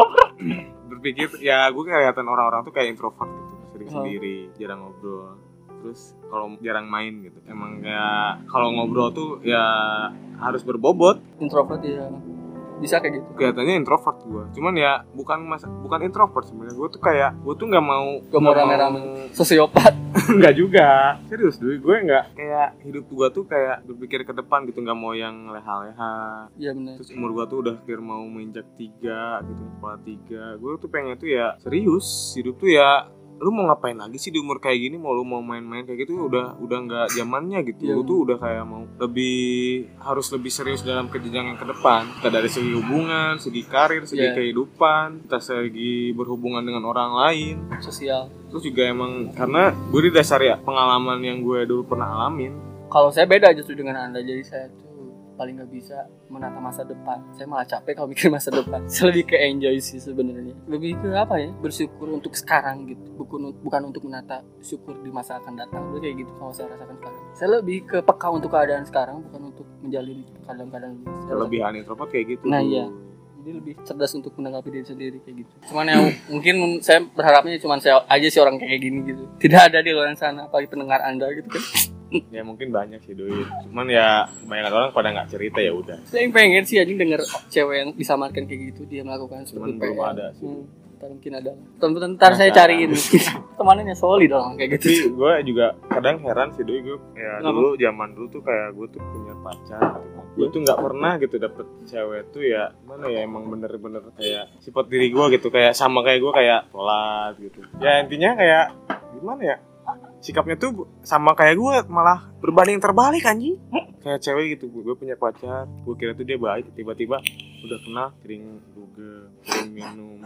berpikir ya gue kelihatan orang-orang tuh kayak introvert gitu, sering Oh. sendiri, jarang ngobrol. Terus kalau jarang main gitu. Emang kayak kalau ngobrol tuh ya harus berbobot. Introvert ya bisa kayak gitu. Kelihatannya introvert gue. Cuman ya bukan masa bukan introvert sebenarnya. Gue tuh kayak gue tuh nggak mau Gak mau rame-rame sosiopat. Nggak juga. Serius dulu gue nggak kayak hidup gue tuh kayak berpikir ke depan gitu, nggak mau yang leha-leha. Iya benar. Terus umur gue tuh udah hampir mau menginjak tiga gitu, kepala tiga. Gue tuh pengen tuh ya serius. Hidup tuh ya lu mau ngapain lagi sih di umur kayak gini, mau lu mau main-main kayak gitu udah udah nggak zamannya gitu. Iya. Lu tuh udah kayak mau lebih harus lebih serius dalam kejenjang yang ke depan. Kita dari segi hubungan, segi karir, segi Iya. kehidupan, kita segi berhubungan dengan orang lain. Sosial. Terus juga emang karena gue didasari ya pengalaman yang gue dulu pernah alamin. Kalau saya beda justru dengan Anda, jadi saya tuh paling nggak bisa menata masa depan. Saya malah capek kalau mikir masa depan. Saya lebih ke enjoy sih sebenarnya. Lebih ke apa ya? Bersyukur untuk sekarang gitu. Bukan bukan untuk menata syukur di masa akan datang. Itu kayak gitu kalau saya rasakan sekarang. Saya lebih ke peka untuk keadaan sekarang, bukan untuk menjalin keadaan-keadaan dulu. Saya Kelebihan introvert kayak gitu. Nah iya, jadi lebih cerdas untuk menanggapi diri sendiri kayak gitu. Cuman ya mungkin saya berharapnya cuma saya aja sih orang kayak gini gitu. Tidak ada di luar sana, apalagi pendengar Anda gitu kan. Ya mungkin banyak sih duit. Cuman ya kebanyakan orang pada nggak cerita ya udah. Saya yang pengen sih anjing denger cewek yang disamarkan kayak gitu, dia melakukan Cuman seperti belum P M. ada sih. Hmm, ntar mungkin ada. Ntar, ntar saya Nah, cariin. Temannya solid dong kayak Tapi gitu. gue juga kadang heran sih doi, gue ya Kenapa? dulu zaman dulu tuh kayak gue tuh punya pacar gitu kan. Gue tuh nggak pernah gitu dapet cewek tuh ya mana ya emang bener-bener kayak sifat diri gue gitu, kayak sama kayak gue kayak sholat gitu. Ya intinya kayak gimana ya, sikapnya tuh sama kayak gue, malah berbanding terbalik anjing. Kayak cewek gitu, gue punya pacar, gue kira tuh dia baik, tiba-tiba udah kenal sering dugem, sering minum.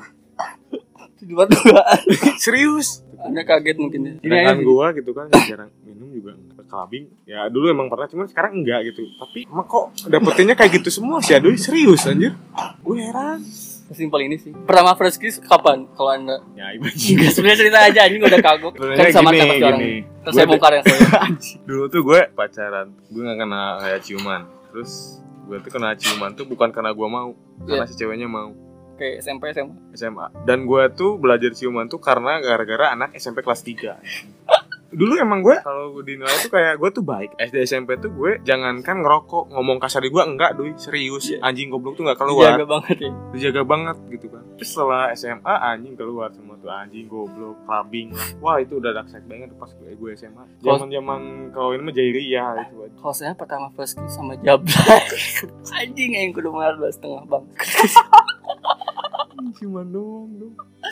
Dua-duaan. Serius. Anda kaget mungkin ya. Ini Sedangkan aja gue gitu kan jarang minum juga, kelabing. Ya dulu emang pernah, cuman sekarang enggak gitu. Tapi emang kok dapetinnya kayak gitu semua sih, aduh serius anjir. Gue heran. simpel ini sih. Pertama first kiss kapan kalau Anda? Ya ibadah. Enggak, sebenarnya cerita aja anjing udah kagok. Sebenarnya Kan sama gini, siapa sih orang. gini. Terus saya Gua bongkar yang saya. Dulu tuh gue pacaran, gue gak kena kayak ciuman. Terus gue tuh kena ciuman tuh bukan karena gue mau, karena Iya. si ceweknya mau. Kayak S M P S M A. S M A. Dan gue tuh belajar ciuman tuh karena gara-gara anak S M P kelas tiga. Dulu emang gue kalau gue dinilai tuh kayak gue tuh baik. S D S M P tuh gue jangankan ngerokok, ngomong kasar di gue enggak, doi, serius. Iya. Anjing goblok tuh enggak keluar. Dijaga banget ya. Dijaga banget gitu kan. Terus setelah S M A anjing keluar semua tuh, anjing goblok, clubbing lah. Wah, itu udah dark side banget pas gue, gue S M A. Zaman-zaman kalau ini mah jahiliyah itu aja. Kalau saya pertama first kiss sama Jablay. Anjing yang kudu dua setengah bang. Cuma doang dong.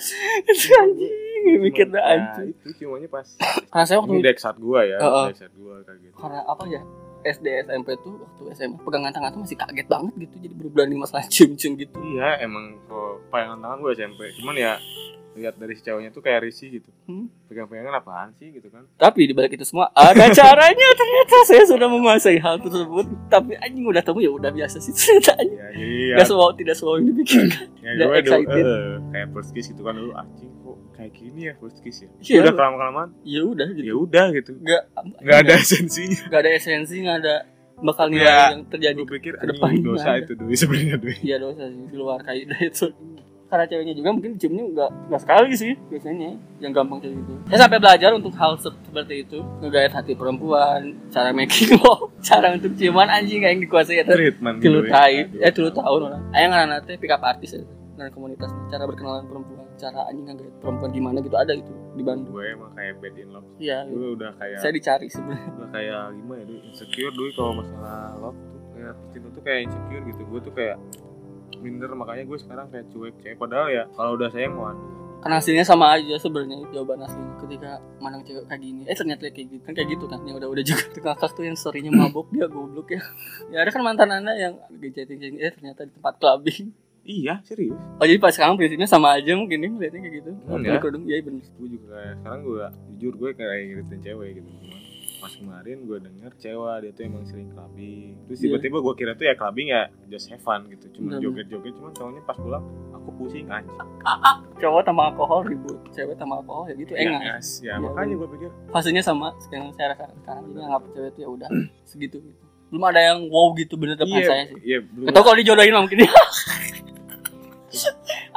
Itu anjing mikir dah anjing. Nah, itu cumanya pas Karena saya waktu ini dek saat gua ya, Uh-uh. dek saat gua kayak gitu. karena apa ya? S D S M P tuh waktu S M A pegangan tangan tuh masih kaget banget gitu, jadi baru berani masalah cium-cium gitu. Iya, emang kalau pegangan tangan gua S M P. Cuman ya lihat dari si ceweknya tuh kayak risih gitu. Hmm. Pegang-pegangan apaan sih gitu kan. Tapi di balik itu semua ada caranya, ternyata saya sudah menguasai hal tersebut. Tapi anjing udah temu ya udah biasa sih ternyata anjing. Ya iya. Gak semua tidak semua yang dipikirkan. Ya udah gue dulu excited. eh, kayak first kiss gitu kan dulu, anjing kok kayak gini ya first kiss ya. Iya. Udah kelamaan-kelamaan Ya udah gitu. ya udah gitu. Gak Enggak ada esensinya. Gak ada esensi, gak ada bakal nilai Ya, yang terjadi. Gue pikir ke depan anjing dosa ada. itu dulu sebenarnya dulu. Iya dosa sih di luar kaidah itu. Karena ceweknya juga mungkin ciumnya nggak nggak sekali sih biasanya yang gampang kayak gitu. Saya sampai belajar untuk hal se- seperti itu, ngegait hati perempuan, cara making love, cara untuk ciuman anjing kayak yang dikuasai itu. Treatment Tilu gitu tai, ya. eh tilu tahun orang. Ayah nggak nanti pick up artis ya, dan komunitas, cara berkenalan perempuan, cara anjing ngegait perempuan gimana gitu ada gitu di Bandung. Gue emang kayak bad in love. Iya, Gue udah kayak saya dicari sebenarnya. udah kayak gimana ya, dulu insecure dulu kalau masalah love tuh kayak cinta tuh kayak insecure gitu. Gue tuh kayak minder, makanya gue sekarang kayak cuek cewek, padahal ya kalau udah sayang mau Karena hasilnya sama aja sebenarnya, jawaban aslinya ketika mandang cewek kayak gini, eh ternyata kayak gitu kan, kayak gitu kan yang udah-udah juga. Itu kakak tuh yang story-nya mabok, dia goblok ya. Ya ada kan mantan anda yang lagi chatting-chatting, eh ternyata di tempat clubbing. iya serius. Oh jadi pas sekarang prinsipnya sama aja mungkin nih melihatnya kayak gitu. Hmm, Pakai ya. kerudung, iya bener. Gue juga kayak sekarang gue jujur gue kayak ngiritin cewek gitu. Cuman pas kemarin gue denger cewek dia tuh emang sering clubbing. Terus Iya. tiba-tiba gue kira tuh ya clubbing ya just have fun gitu, cuma Bener. joget-joget. Cuman cowoknya pas pulang aku pusing anjing. Cowok tambah alkohol ribut, cewek tambah alkohol ya gitu Ya, enggak. yes. ya Iya, makanya iya. gue pikir Fasenya sama sekarang saya rasakan sekarang, jadi anggap cewek itu ya udah segitu gitu. Belum ada yang wow gitu bener depan iya, saya sih. iya belum. Atau kalau dijodohin lah mungkin.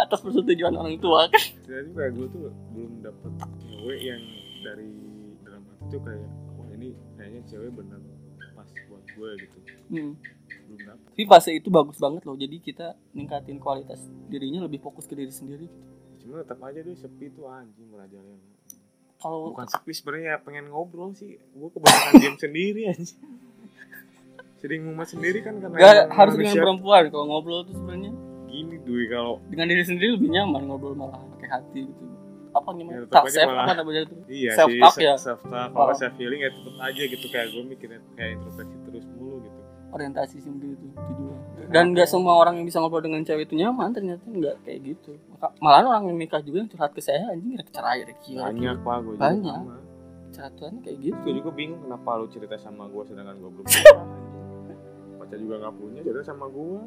atas persetujuan orang tua kan. Jadi kayak gue tuh belum dapet cewek yang dari dalam hati tuh kayak wah ini kayaknya cewek bener pas buat gue gitu. Hmm. Belum dapet. Tapi fase itu bagus banget loh. Jadi kita ningkatin kualitas dirinya, lebih fokus ke diri sendiri gitu. Cuma tetap aja deh sepi tuh anjing merajalela. Kalau Bukan sepi sebenarnya, pengen ngobrol sih. Gue kebanyakan diam sendiri anjing. Sering ngumat sendiri kan karena gak emang harus dengan manusia perempuan kalau ngobrol tuh sebenarnya. gini Dwi, kalau Dengan diri sendiri lebih nyaman ngobrol malah pakai hati gitu. Apa namanya? Ya, tetap tak aja self malah- apa namanya itu? iya Self sih talk ya. self talk, Oh. kalau self healing ya tetap aja gitu, kayak gue mikirnya kayak introspeksi terus mulu gitu. Orientasi sendiri itu tujuan. Dan nggak semua orang yang bisa ngobrol dengan cewek itu nyaman, ternyata nggak kayak gitu. Maka malahan orang yang nikah juga yang curhat ke saya anjing rek cerai rek gila. Banyak pak, gue juga Banyak. sama. Curhatan kayak gitu. Gue juga bingung kenapa lu cerita sama gue sedangkan gue belum pacar juga nggak punya, cerita sama gue.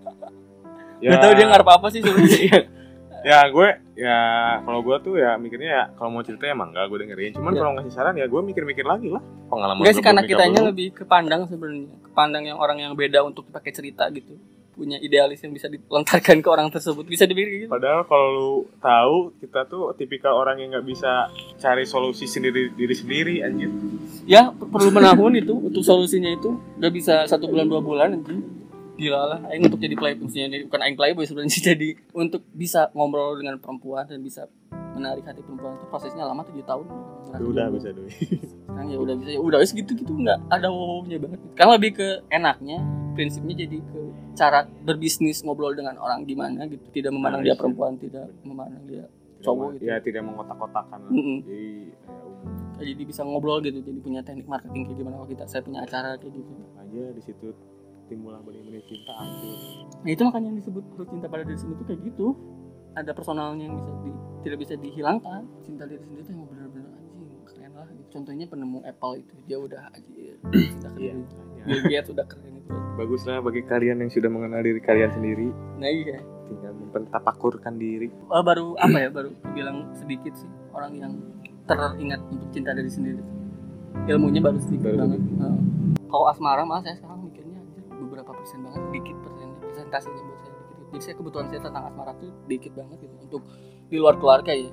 Gak tahu dia ngarep apa sih sebenarnya. Ya gue ya kalau gue tuh ya mikirnya ya kalau mau cerita ya mangga gue dengerin. Cuman Ya. kalau ngasih saran ya gue mikir-mikir lagi lah pengalaman. Enggak sih, gue karena belum nikah kitanya belum. lebih kepandang sebenarnya. Kepandang yang orang yang beda untuk dipakai cerita gitu. Punya idealis yang bisa dilontarkan ke orang tersebut. Bisa dipikir gitu. Padahal kalau lu tahu kita tuh tipikal orang yang nggak bisa cari solusi sendiri diri sendiri anjir. Ya perlu menahun itu untuk solusinya itu. Udah bisa satu bulan dua bulan anjing. Gila lah, aing untuk jadi playboy, maksudnya bukan aing playboy sebenarnya sih, jadi untuk bisa ngobrol dengan perempuan dan bisa menarik hati perempuan itu prosesnya lama tujuh tahun. Itu udah bisa doi. Sekarang ya udah bisa, ya udah wes gitu-gitu nggak ada wow-nya banget. Karena lebih ke enaknya, prinsipnya jadi ke cara berbisnis ngobrol dengan orang gimana gitu, tidak memandang dia perempuan, tidak memandang dia cowok gitu. Ya tidak mengotak-kotakan lah. Mm-mm. Jadi ya umum Jadi bisa ngobrol gitu, jadi punya teknik marketing kayak gimana kalau kita, saya punya acara kayak gitu. aja di situ timbullah benih-benih cinta hancur. Nah itu makanya yang disebut perlu cinta pada diri sendiri itu kayak gitu. Ada personalnya yang bisa di, tidak bisa dihilangkan. Cinta diri sendiri itu yang benar-benar anjing keren lah gitu. Contohnya penemu Apple itu dia udah anjir, udah keren. Bill Gates udah keren itu. Baguslah bagi kalian yang sudah mengenal diri kalian sendiri, Nah iya. tinggal mentapakkurkan diri. Oh, baru apa ya baru bilang sedikit sih orang yang teringat untuk cinta diri sendiri. Ilmunya baru sedikit Baru banget. Nah, kalau asmara malah saya sekarang mikirnya anjir, beberapa persen banget, dikit persennya, persentasenya buat saya dikit. Jadi saya kebutuhan saya tentang asmara tuh dikit banget gitu untuk di luar keluarga ya.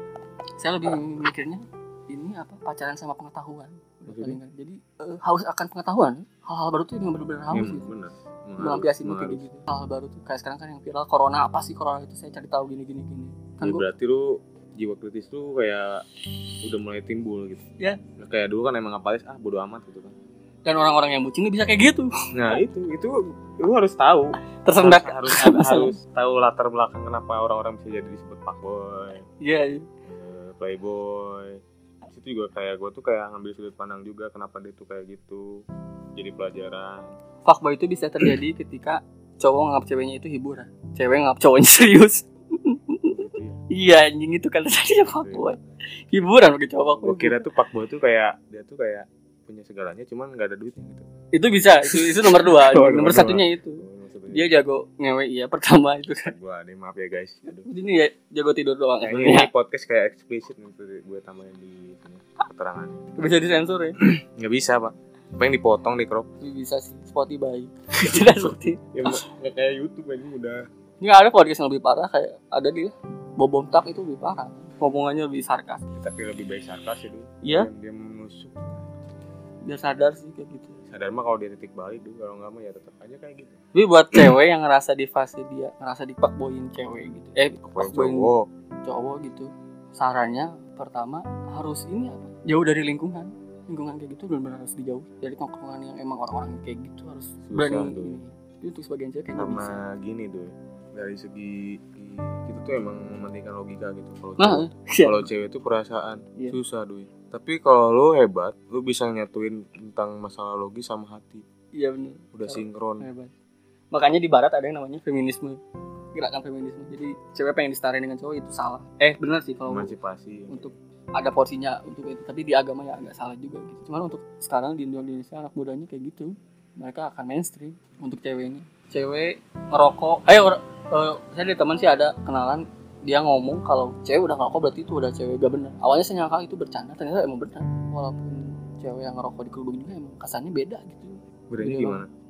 Saya lebih mikirnya ini apa pacaran sama pengetahuan. Maksudnya? Paling- Jadi eh, haus akan pengetahuan, hal-hal baru tuh yang benar-benar haus Ya, gitu. benar. Melampiaskan kayak gitu. Hal baru tuh kayak sekarang kan yang viral corona, apa sih corona itu, saya cari tahu gini gini gini. Kan Ya, gua, berarti lu jiwa kritis tuh kayak udah mulai timbul gitu. Ya. Nah, kayak dulu kan emang apatis ah bodo amat gitu kan. dan orang-orang yang bucin bisa kayak gitu. Nah itu itu lu harus tahu. Tersendak. harus harus, harus tahu latar belakang kenapa orang-orang bisa jadi disebut fuckboy, Iya. eh, playboy. Di situ juga kayak gue tuh kayak ngambil sudut pandang juga kenapa dia tuh kayak gitu. Jadi pelajaran. Fuckboy itu bisa terjadi ketika cowok nganggap ceweknya itu hiburan, cewek nganggap cowoknya serius. Gitu ya. Iya anjing, itu kan tadi fuckboy. Hiburan bagi cowok. Gue kira tuh fuckboy tuh kayak dia tuh kayak punya segalanya cuman nggak ada duitnya gitu. Itu bisa, itu itu nomor dua. Oh, nomor nomor satunya itu. Oh, maksudnya Dia jago ngewe, iya pertama itu kan. gue nih maaf ya guys. Aduh. Ini ya jago tidur doang. Kayaknya Ya. ini podcast kayak eksplisit nih gue tambahin di sini keterangan. Bisa disensor ya. Nggak bisa pak. Pengen dipotong di crop. Bisa sih, Spotify. Tidak seperti. Ya nggak kayak YouTube aja udah. Ini ada podcast yang lebih parah, kayak ada dia Bobom Tak itu lebih parah. Ngomongannya lebih sarkas. Tapi lebih baik sarkas itu. Iya. Dia menusuk. Dia sadar sih kayak gitu. Sadar mah kalau dia titik balik dulu, kalau nggak mah ya tetap aja kayak gitu. Tapi buat cewek yang ngerasa di fase dia ngerasa dipakboyin cewek gitu, eh pakboyin Cowok. cowok gitu, sarannya pertama harus ini apa? Jauh dari lingkungan. Lingkungan kayak gitu benar-benar harus dijauh. Dari tongkrongan yang emang orang-orang kayak gitu harus berani. tuh. Ini. Itu untuk sebagian cewek kayaknya Sama bisa. gini tuh. Dari segi kita tuh emang mementingkan logika gitu. Kalau Nah, cewek, iya. kalau cewek itu perasaan Iya. susah duit. Tapi kalau lu hebat, lu bisa nyatuin tentang masalah logis sama hati. Iya benar. Udah sinkron. Hebat. Makanya di barat ada yang namanya feminisme. Gerakan feminisme. Jadi cewek pengen disetarain dengan cowok itu salah. Eh benar sih kalau Emansipasi. untuk ada porsinya untuk itu, tapi di agama ya agak salah juga gitu. Cuman untuk sekarang di Indonesia anak mudanya kayak gitu, mereka akan mainstream untuk ceweknya. Cewek ngerokok, ayo uh, saya ada teman sih ada kenalan, dia ngomong kalau cewek udah ngerokok berarti itu udah cewek gak benar. Awalnya saya nyangka itu bercanda, ternyata emang benar. Walaupun cewek yang ngerokok di kerudung juga emang kesannya beda gitu. Bedanya Jadi gimana?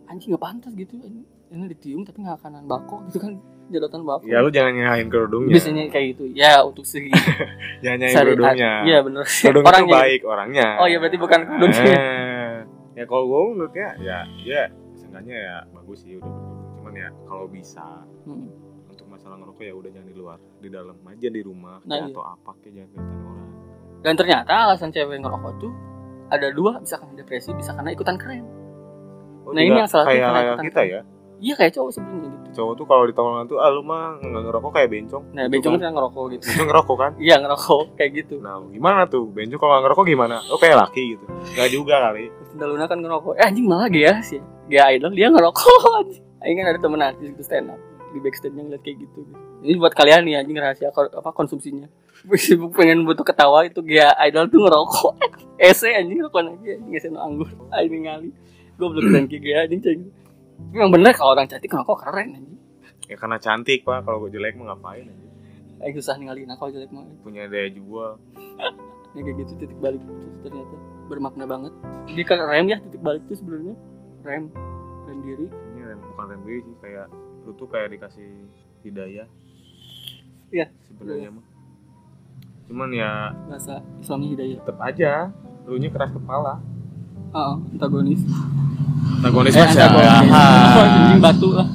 anjing nggak pantas gitu, ini, ini ditium tapi nggak kanan bako gitu kan, jedotan bako. Ya lu jangan nyahin kerudungnya. Biasanya kayak gitu. Ya untuk segi. Jangan nyahin kerudungnya. Iya benar. Kerudung itu baik orangnya. Oh iya berarti bukan kerudungnya. Eh, ya kalau gue menurutnya ya ya seenggaknya ya bagus sih udah berkerudung. Cuman ya kalau bisa hmm. untuk masalah ngerokok ya udah jangan di luar, di dalam aja di rumah nah, iya. atau apa kayak jangan kelihatan orang. Dan ternyata alasan cewek ngerokok tuh ada dua, bisa karena depresi, bisa karena ikutan keren. Oh, nah ini yang salah satu kayak kita keren. Ya. Iya kayak cowok sebenarnya gitu. Cowok tuh kalau di tongkrongan tuh ah lu mah nggak ngerokok kayak bencong. Nah bencong kan ngerokok gitu. Bencong ngerokok kan? Iya ngerokok kayak gitu. Nah gimana tuh bencong kalau nggak ngerokok gimana? Oh kayak laki gitu. Gak juga kali. Cinta Luna kan ngerokok. Eh anjing malah dia sih. Dia idol dia ngerokok anjing. Aing kan ada temen artis gitu stand up di backstage yang ngeliat kayak gitu. Ini buat kalian nih anjing rahasia apa konsumsinya. Sibuk pengen butuh ketawa itu dia idol tuh ngerokok. Ese anjing rokok lagi anjing ese no anggur. Anjing ngali. Gue belum bilang kayak dia anjing ceng. Memang bener kalau orang cantik ngerokok keren anjing. Ya karena cantik pak, kalau gue jelek mah ngapain anjing. Aing susah ninggalin kalau jelek mah. Punya daya jual. Ya kayak gitu titik balik itu ternyata bermakna banget. Dia kan rem ya titik balik itu sebenarnya rem rem diri. Ini rem bukan rem diri sih kayak lu tuh kayak dikasih hidayah. Iya. Sebenarnya mah. Cuman ya bahasa Islamnya hidayah. Tetap aja, lu nya keras kepala. Oh, antagonis. Antagonis eh, masa jahat. Batu lah.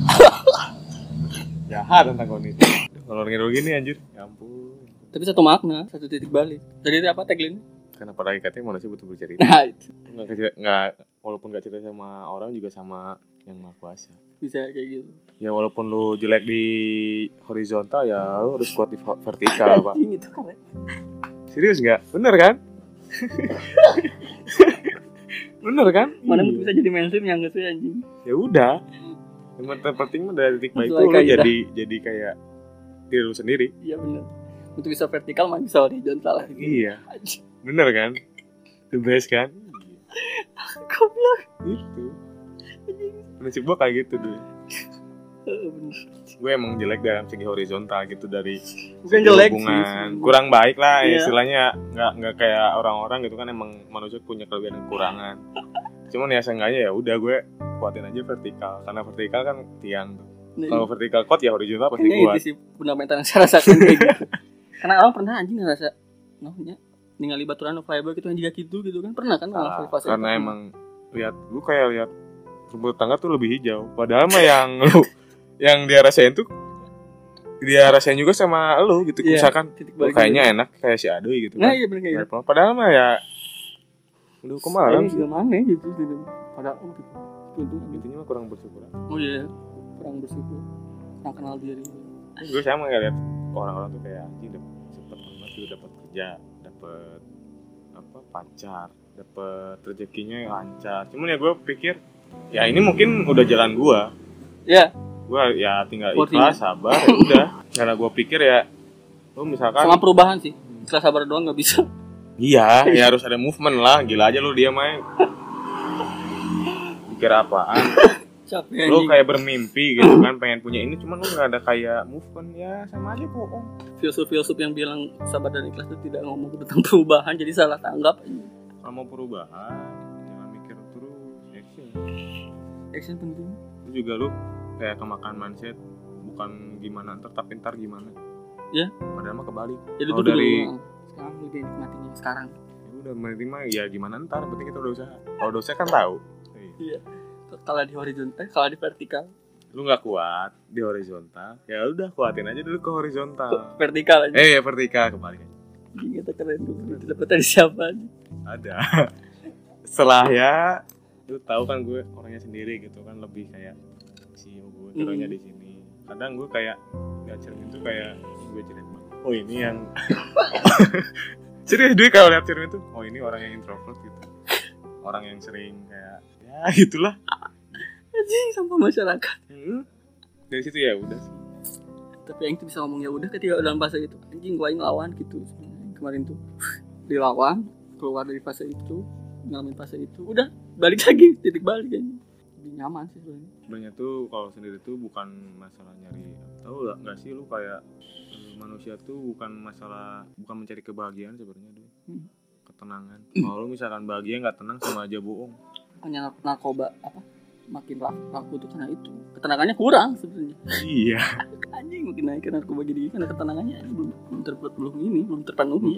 Jahat antagonis. Kalau ngirul gini anjir, ya ampun. Tapi satu makna, satu titik balik. Tadi apa tagline? Karena pada hakikatnya manusia butuh bercerita. Nah, itu. Nggak, nggak, walaupun gak cerita sama orang juga sama yang Maha Kuasa. Bisa kayak gitu. Ya walaupun lu jelek di horizontal ya lu harus kuat di vertikal, Pak. Itu keren. Serius enggak? Bener kan? Bener kan? Mana iya. Bisa jadi mainstream yang enggak sih anjing. Ya udah. Yang penting mah dari titik baik itu lu jadi jadi kayak diri lu sendiri. Iya bener. Untuk bisa vertikal mah bisa horizontal lah. Iya. Bener kan? The best kan? Goblok. Itu. Prinsip gue kayak gitu dulu. Gue emang jelek dalam segi horizontal gitu dari bukan jelek hubungan sih, kurang baik lah iya. Istilahnya nggak nggak kayak orang-orang gitu kan emang manusia punya kelebihan dan kekurangan. Cuman ya seenggaknya ya udah gue kuatin aja vertikal karena vertikal kan tiang tuh. Nah, kalau vertikal kuat ya horizontal pasti kuat. Itu sih fundamental yang saya rasakan kayak gitu. Karena orang pernah anjing ngerasa namanya ningali baturan fiber gitu yang juga gitu gitu kan pernah kan nah, karena itu. Emang lihat lu kayak lihat rumput tangga tuh lebih hijau. Padahal mah yang lu yang dia rasain tuh dia rasain juga sama lu gitu. Yeah, misalkan oh, kayaknya gitu. Enak kayak si Adoy gitu nah, kan. Iya bener kayak gitu. Padahal mah ya lu kemarin sih mana gitu gitu. Padahal gitu. Intinya mah kurang bersyukur. Oh iya, kurang bersyukur. Kurang kenal diri. Gue sama kayak lihat orang-orang tuh kayak anjing cepet banget tuh dapat kerja, dapat apa pacar, dapat rezekinya lancar. Cuman ya gue pikir ya ini mungkin udah jalan gua. Iya. Yeah. Gua ya tinggal ikhlas, sabar, ya udah. Karena gua pikir ya lu misalkan sama perubahan sih. Ikhlas sabar doang enggak bisa. Iya, ya harus ada movement lah. Gila aja lu dia main. Pikir apaan? Capek lu kayak bermimpi gitu kan pengen punya ini cuman lu enggak ada kayak movement ya sama aja bohong. Filsuf-filsuf yang bilang sabar dan ikhlas itu tidak ngomong tentang perubahan jadi salah tanggap. Kalau mau perubahan jangan mikir terus action. Action penting. Itu juga lu kayak kemakan mindset bukan gimana ntar tapi ntar gimana. Ya. Padahal mah kebalik. Jadi kalau dari dulu, sekarang lebih nikmatinya sekarang. Ya udah menerima ya gimana ntar penting kita udah usaha. Kalau udah usaha kan tahu. Iya. Kalau di horizontal, eh, kalau di vertikal. Lu nggak kuat di horizontal, ya udah kuatin aja dulu ke horizontal. Vertikal aja. Eh ya vertikal kembali. Gini kita keren dulu. Dapat dari siapa? Ada. Setelah ya, lu tahu kan gue orangnya sendiri gitu kan lebih kayak si gue ceronya mm. di sini. Kadang gue kayak lihat cermin tuh kayak gue jelek banget. Oh ini yang serius duit kalau lihat cermin tuh. Oh ini orang yang introvert gitu. Orang yang sering kayak ya gitulah. Anjing sampah masyarakat. Hmm. Dari situ ya udah sih. Tapi yang itu bisa ngomong ya udah ketika dalam fase itu anjing gua ngelawan gitu kemarin tuh dilawan keluar dari fase itu ngalamin fase itu udah balik lagi titik balik kan lebih nyaman sih sebenarnya. Sebenarnya tuh kalau sendiri tuh bukan masalah nyari tahu nggak sih lu kayak manusia tuh bukan masalah bukan mencari kebahagiaan sebenarnya tuh hmm. ketenangan. Kalau lu misalkan bahagia nggak tenang sama aja bohong. Hanya narkoba apa? makin laku tuh karena itu. Ketenangannya kurang sebenarnya. Iya. Anjing makin naik karena narkoba gini karena ketenangannya belum belum terpenuhi belum ini belum terpenuhi.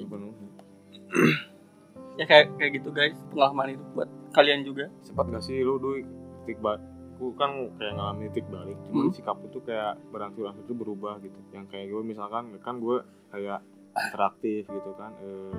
Ya kayak kayak gitu guys, pengalaman itu buat kalian juga. Sempat gak sih lu dulu titik balik? Aku kan kayak ngalamin titik balik, cuma hmm. sikap itu kayak berangsur-angsur itu berubah gitu. Yang kayak gue misalkan kan gue kayak interaktif gitu kan,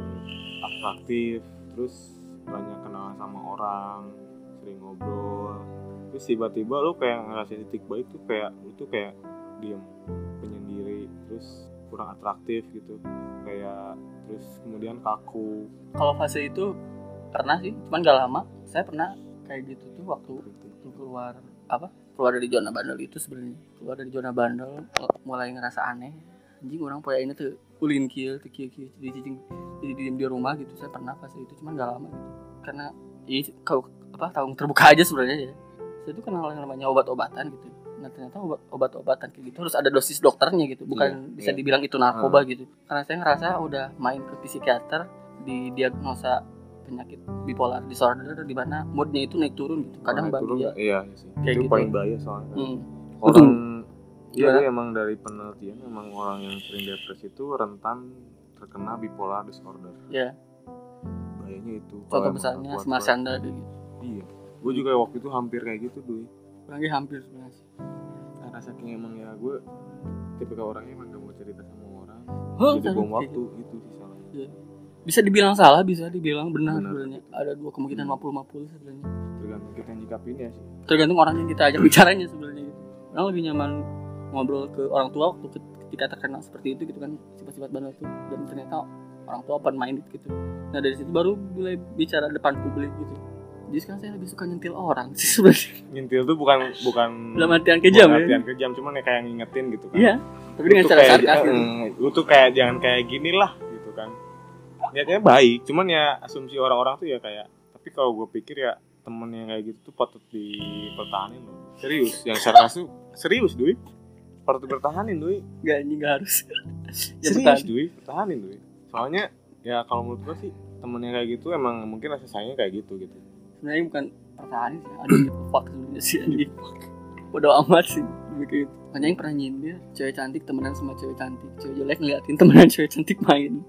eh, atraktif, terus banyak kenalan sama orang, sering ngobrol. Terus tiba-tiba lu kayak ngerasain titik balik tuh kayak lu tuh kayak diem, penyendiri, terus kurang atraktif gitu, kayak terus kemudian kaku. Kalau fase itu pernah sih, cuman gak lama. Saya pernah kayak gitu tuh waktu keluar apa? Keluar dari zona bandel itu sebenarnya. Keluar dari zona bandel, mulai ngerasa aneh. Anjing orang poya ini tuh ulin kieu, teu kieu-kieu, jadi cicing, jadi diem di rumah gitu. Saya pernah fase itu, cuman gak lama gitu. Karena ini kau apa? Tahun terbuka aja sebenarnya ya. Saya tuh kenal yang namanya obat-obatan gitu. Nah ternyata obat, obat-obatan kayak gitu harus ada dosis dokternya gitu, bukan yeah, bisa yeah. dibilang itu narkoba hmm. gitu. Karena saya ngerasa udah main ke psikiater, didiagnosa penyakit bipolar disorder di mana moodnya itu naik turun gitu. Kadang naik bahagia. Iya sih. Kayak itu gitu. paling bahaya soalnya. Hmm. Orang iya dia emang dari penelitian emang orang yang sering depresi itu rentan terkena bipolar disorder. Iya. Yeah. Bahayanya itu. Contoh besarnya Marshanda gitu. Iya. Gue juga waktu itu hampir kayak gitu dulu. Lagi hampir sebenarnya. Karena saking emang ya gue tipe orangnya emang gak mau cerita sama orang. Oh, jadi bom waktu gitu. Itu sih salahnya. Yeah. Bisa dibilang salah, bisa dibilang benar, benar. Sebenarnya. Ada dua kemungkinan lima puluh lima puluh sebenarnya. Tergantung kita nyikapinnya sih. Tergantung orang yang kita ajak bicaranya sebenarnya gitu. Orang lebih nyaman ngobrol ke orang tua waktu ketika terkena seperti itu gitu kan, sifat-sifat bandel tuh, dan ternyata orang tua open minded gitu. Nah dari situ baru mulai bicara depan publik gitu. Jadi sekarang saya lebih suka nyentil orang sih sebenarnya. Nyentil tuh bukan bukan dalam artian kejam ya. Artian kejam, cuman ya kayak ngingetin gitu kan. Iya. Tapi dengan cara sarkas gitu. Eh, lu tuh kayak jangan kayak gini lah gitu kan. Niatnya baik, cuman ya asumsi orang-orang tuh ya kayak, tapi kalau gue pikir ya temen yang kayak gitu tuh patut dipertahanin loh. Serius, yang sarkas tuh serius Dwi. Patut dipertahanin Dwi. Gak anjing gak harus. Ya, serius Dwi, pertahanin Dwi. Soalnya ya kalau menurut gue sih temen yang kayak gitu emang mungkin rasa sayangnya kayak gitu gitu. Sebenarnya bukan pertahanin sih, ada gitu fuck sebenarnya sih anjing. Bodoh amat sih begitu. Makanya yang pernah nyindir cewek cantik temenan sama cewek cantik, cewek jelek ngeliatin temenan cewek cantik main.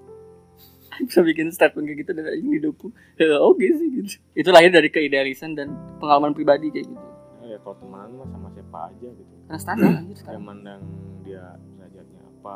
Bisa bikin statement kayak gitu dan ini didukung. Ya oke sih gitu. Itu lahir dari keidealisan dan pengalaman pribadi kayak gitu. Ya kalau temenan mah sama siapa aja gitu. Karena standar anjir sekarang. Kayak mandang dia derajatnya apa,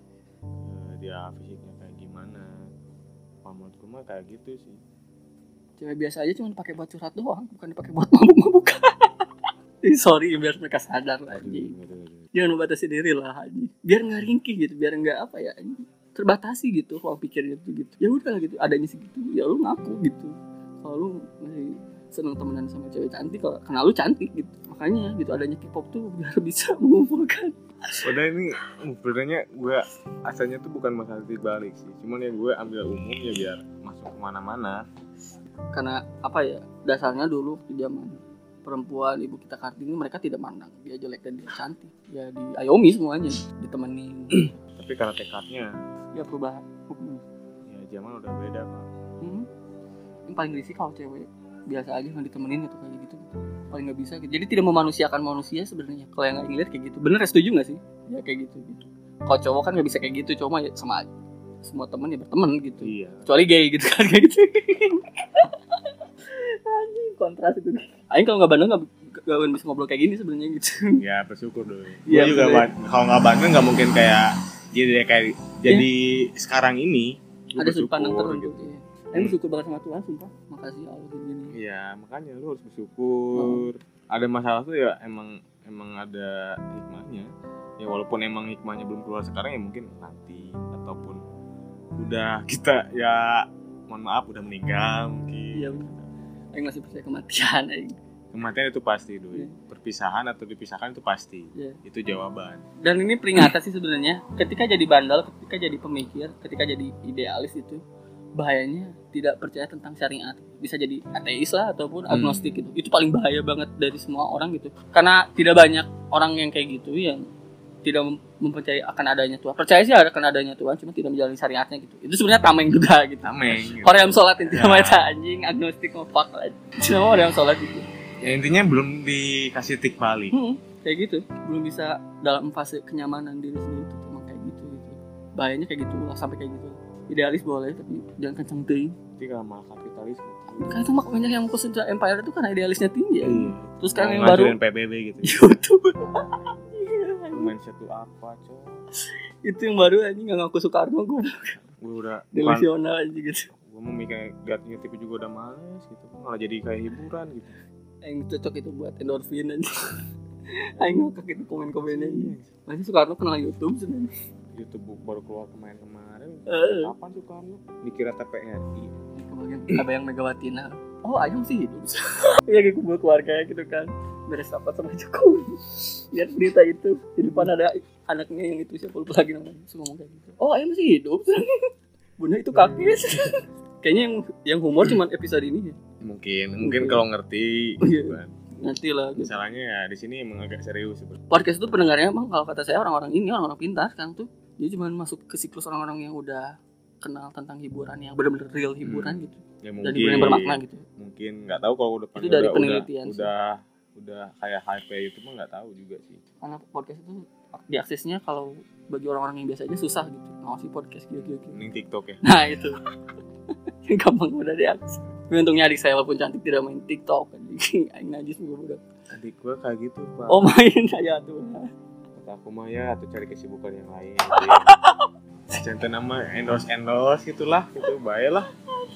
dia fisiknya kayak gimana. Kalau menurut gue mah kayak gitu sih. Cewek biasa aja cuma pakai buat curhat doang, bukan dipakai buat mabuk-mabukan. Sorry biar mereka sadar lah anjing. Jangan membatasi diri lah anjing. Biar enggak ringkih gitu, biar enggak apa ya anjing. Terbatasi gitu ruang pikirnya tuh gitu. Ya udah gitu, adanya segitu. Ya lu ngaku gitu. Kalau lu masih seneng temenan sama cewek cantik, kalau kenal lu cantik gitu. Makanya gitu adanya K-pop tuh biar bisa mengumpulkan. Udah ini sebenarnya gue asalnya tuh bukan masalah titik balik sih. Cuman ya gue ambil umum ya biar masuk kemana-mana. Karena apa ya, dasarnya dulu di zaman perempuan ibu kita Kartini mereka tidak mandang dia jelek dan dia cantik, ya diayomi semuanya, ditemenin. Tapi karena tekadnya ya perubahan hukum. Ya zaman udah beda Pak. Hmm. Yang paling risiko kalau cewek biasa aja nggak ditemenin itu kayak gitu, gitu. Paling nggak bisa gitu. Jadi tidak memanusiakan manusia sebenarnya. Kalau yang nggak ngeliat kayak gitu, bener setuju nggak sih? Ya kayak gitu gitu. Kalau cowok kan nggak bisa kayak gitu, cowok ya sama aja. Semua temen ya berteman gitu. Iya. Kecuali gay gitu kan kayak gitu. Anjing kontras itu. Aing kalau nggak bandel nggak nggak bisa ngobrol kayak gini sebenarnya gitu. Ya bersyukur dulu. Ya, gue juga ba- kalau nggak bandel nggak mungkin kayak jadi kayak jadi ya. Sekarang ini. Ada sudut pandang tertentu. Gitu. Ya. Aing bersyukur banget sama Tuhan, sumpah. Makasih Allah gini. Iya makanya lu harus bersyukur. Oh. Ada masalah tuh ya emang emang ada hikmahnya. Ya walaupun emang hikmahnya belum keluar sekarang ya mungkin nanti ataupun udah kita ya mohon maaf udah meninggal mungkin. Iya. Aing masih percaya kematian aing. Kematian itu pasti dulu. Yeah. Perpisahan atau dipisahkan itu pasti. Yeah. Itu jawaban. Dan ini peringatan sih sebenarnya. Ketika jadi bandel, ketika jadi pemikir, ketika jadi idealis itu bahayanya tidak percaya tentang syariat. Bisa jadi ateis lah ataupun agnostik hmm. gitu. Itu paling bahaya banget dari semua orang gitu. Karena tidak banyak orang yang kayak gitu yang tidak mempercayai akan adanya Tuhan. Percaya sih akan adanya Tuhan, cuma tidak menjalani syariatnya gitu. Itu sebenarnya tameng juga gitu. Tameng. Gitu. Orang yang sholat itu namanya ya. Anjing agnostik mau fuck lah. Cuma orang yang sholat gitu. Ya intinya belum dikasih tik balik. Hmm, kayak gitu, belum bisa dalam fase kenyamanan diri sendiri itu emang kayak gitu gitu. Bahayanya kayak gitu lah, sampai kayak gitu. Idealis boleh tapi jangan kenceng teuing. Tapi kalau malah kapitalis Kan itu makanya yang Kusuma Empire itu kan idealisnya tinggi ya. iya. Terus sekarang Mau yang baru ngancurin P B B gitu. YouTube. Mindset tuh apa, Cok? Itu yang baru anjing enggak ngaku Soekarno gue. Gue udah Delusional aja gitu. Gue mau mikir liat YouTube juga udah males gitu. Malah jadi kayak hiburan gitu. Yang cocok itu buat endorfin aja. Aing ngakak itu komen-komennya. Masih Soekarno kenal YouTube sebenarnya. YouTube baru keluar kemarin-kemarin. Uh. Kapan Soekarno? Dikira T P R I. Kemudian ada yang Megawati nah. Oh, Aing masih hidup. Iya kayak kumpul keluarga gitu kan. Beres rapat sama Jokowi. Lihat berita itu. Di depan ada anaknya yang itu siapa lupa lagi namanya. Terus ngomong kayak gitu. Oh, Aing masih hidup. Bunda itu kakek. Kayaknya yang yang humor cuma episode ini ya. Mungkin, mungkin kalau ngerti gitu kan. Nanti lah. Gitu. Misalnya ya di sini emang agak serius sebenarnya. Podcast itu pendengarnya emang kalau kata saya orang-orang ini orang-orang pintar kan tuh. Dia cuma masuk ke siklus orang-orang yang udah kenal tentang hiburan yang benar-benar real hiburan hmm. gitu. Ya, dan hiburan yang bermakna gitu. Mungkin nggak tahu kalau udah itu dari udah, penelitian udah, udah udah kayak hype itu mah nggak tahu juga sih. Karena podcast itu diaksesnya kalau bagi orang-orang yang biasa aja susah gitu. Ngawasi podcast gitu-gitu. Ini TikTok ya. Nah itu. Yang gampang udah diakses. Tapi untungnya adik saya walaupun cantik tidak main TikTok kan. Aing najis juga udah. Adik gua kayak gitu, Pak. Oh main aja tuh. Kata aku mah ya atau cari kesibukan yang lain. Contoh nama endorse-endorse gitulah, gitu baiklah.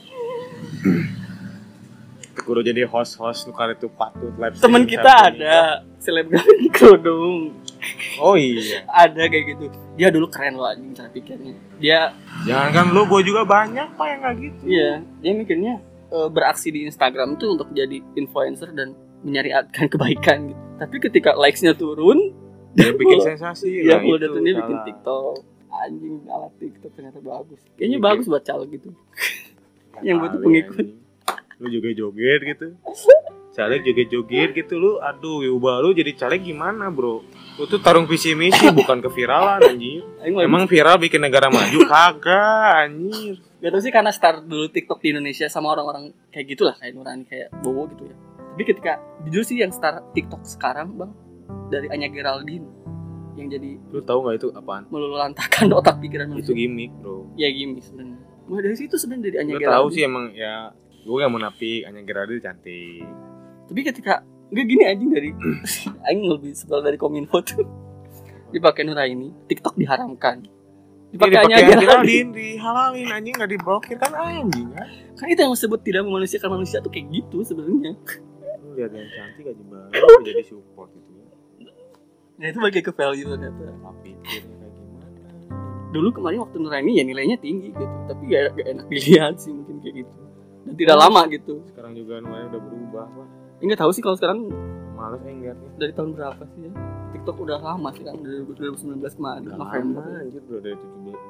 Kudu jadi host-host nukar itu patut live. Temen kita ada selebgram kerudung. Oh iya. Ada kayak gitu. Dia dulu keren loh anjing cara pikirnya. Dia jangan kan lu, gua juga banyak Pak yang kayak gitu. Iya, dia mikirnya e, beraksi di Instagram tuh untuk jadi influencer dan menyariatkan kebaikan gitu. Tapi ketika likes-nya turun, dia bikin sensasi. Iya, kalau datang dia bikin TikTok. Anjing alat TikTok ternyata bagus. Kayaknya Oke. bagus buat caleg gitu. Yang butuh pengikut. Anjing. Lu juga joget gitu. Caleg joget-joget gitu lu. Aduh, ubah lu jadi caleg gimana, Bro? Lu tuh tarung visi misi bukan keviralan anjir. Emang viral bikin negara maju kagak anjir. Gak tau sih karena start dulu TikTok di Indonesia sama orang-orang kayak gitulah, kayak Nurani, kayak Bowo gitu ya. Tapi ketika jujur sih yang start TikTok sekarang, Bang, dari Anya Geraldine yang jadi, lu tahu nggak itu apaan? Meluluhlantakan otak pikiran manusia. Itu gimmick, Bro. Ya gimmick sebenarnya. Mulai dari situ sebenarnya dari Anya Geraldine. Geraldine. Lu tahu sih emang ya, gue gak munafik, Anya Geraldine cantik. Tapi ketika enggak gini anjing dari aing lebih sebel dari Kominfo tuh. Dipakai Nuraini, TikTok diharamkan. Dipakai Anya Geraldine, dihalalin anjing, enggak diblokir kan anjing kan. Kan itu yang disebut tidak memanusiakan manusia tuh kayak gitu sebenarnya. Lu lihat yang cantik aja baru jadi support gitu ya. Nah itu bagi ke value ternyata. Tapi pikirnya kayak gimana? Dulu kemarin waktu Nuraini ya nilainya tinggi gitu, tapi gak, gak enak dilihat sih mungkin kayak gitu. Dan tidak oh, lama gitu. Sekarang juga Nuraini udah berubah, Pak. Enggak tahu sih kalau sekarang. Males eh ngeliatnya. Dari tahun berapa sih ya? TikTok udah lama sih kan, dari dua ribu sembilan belas kemarin. November anjir, udah dari tujuh belas.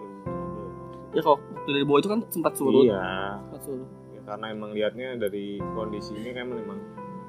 Ya kalau dari bawah itu kan sempat surut. Iya. Sempat surut. Ya karena emang liatnya dari kondisinya kan memang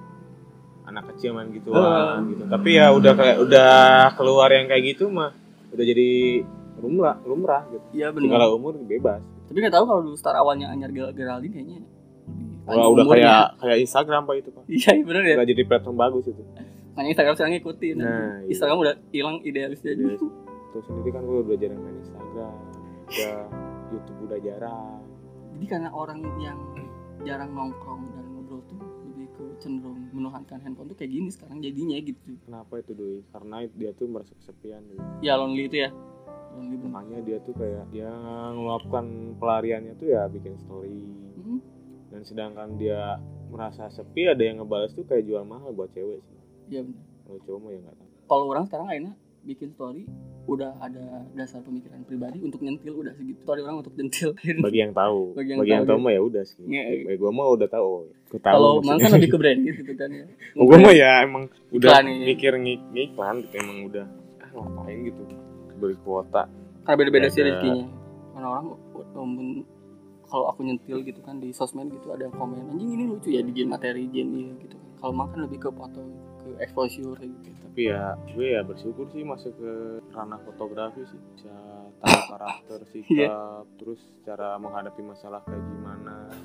anak kecil main gituan uh. gitu. Tapi ya udah kayak udah keluar yang kayak gitu mah udah jadi lumrah, lumrah gitu. Iya benar. Segala umur bebas. Tapi nggak tahu kalau dulu start awalnya Anya Geraldine kayaknya. Wah, udah umurnya. kayak kayak Instagram Pak itu, Pak. Iya, benar ya. Udah jadi platform bagus itu. Makanya Instagram sekarang ngikutin. Nah, Instagram iya. Udah hilang idealis jadi. Terus sendiri kan gue udah jarang main Instagram. Udah YouTube udah jarang. Jadi karena orang yang jarang nongkrong dan ngobrol tuh lebih ke cenderung menuhankan handphone tuh kayak gini sekarang jadinya gitu. Kenapa itu, Doi? Karena dia tuh merasa kesepian gitu. Ya lonely itu ya. Lonely makanya dia tuh kayak dia ngeluapkan pelariannya tuh ya bikin story. Mm-hmm. Dan sedangkan dia merasa sepi, ada yang ngebales tuh kayak jual mahal buat cewek sih. Iya benar. Kalau cowok mah ya nggak tahu. Kalau orang sekarang kayaknya bikin story udah ada dasar pemikiran pribadi untuk nyentil udah segitu. Story orang untuk nyentil. Bagi yang tahu. Bagi yang, Bagi yang tahu mah ya udah sih. Ya, Bagi gua mah udah tahu. Kalau emang kan lebih ke branding gitu kan ya. Oh, gua mah ya emang udah mikir ngik- ngiklan gitu emang udah ah ngapain gitu beli kuota. Karena beda-beda sih rezekinya. Karena orang um, kalau aku nyentil gitu kan di sosmed gitu ada yang komen anjing ini lucu ya dijin materi jin gitu. Kalau makan lebih ke foto ke exposure gitu. Tapi ya gue ya bersyukur sih masuk ke ranah fotografi sih, bisa tahu karakter, sikap, yeah. Terus cara menghadapi masalah kayak gimana.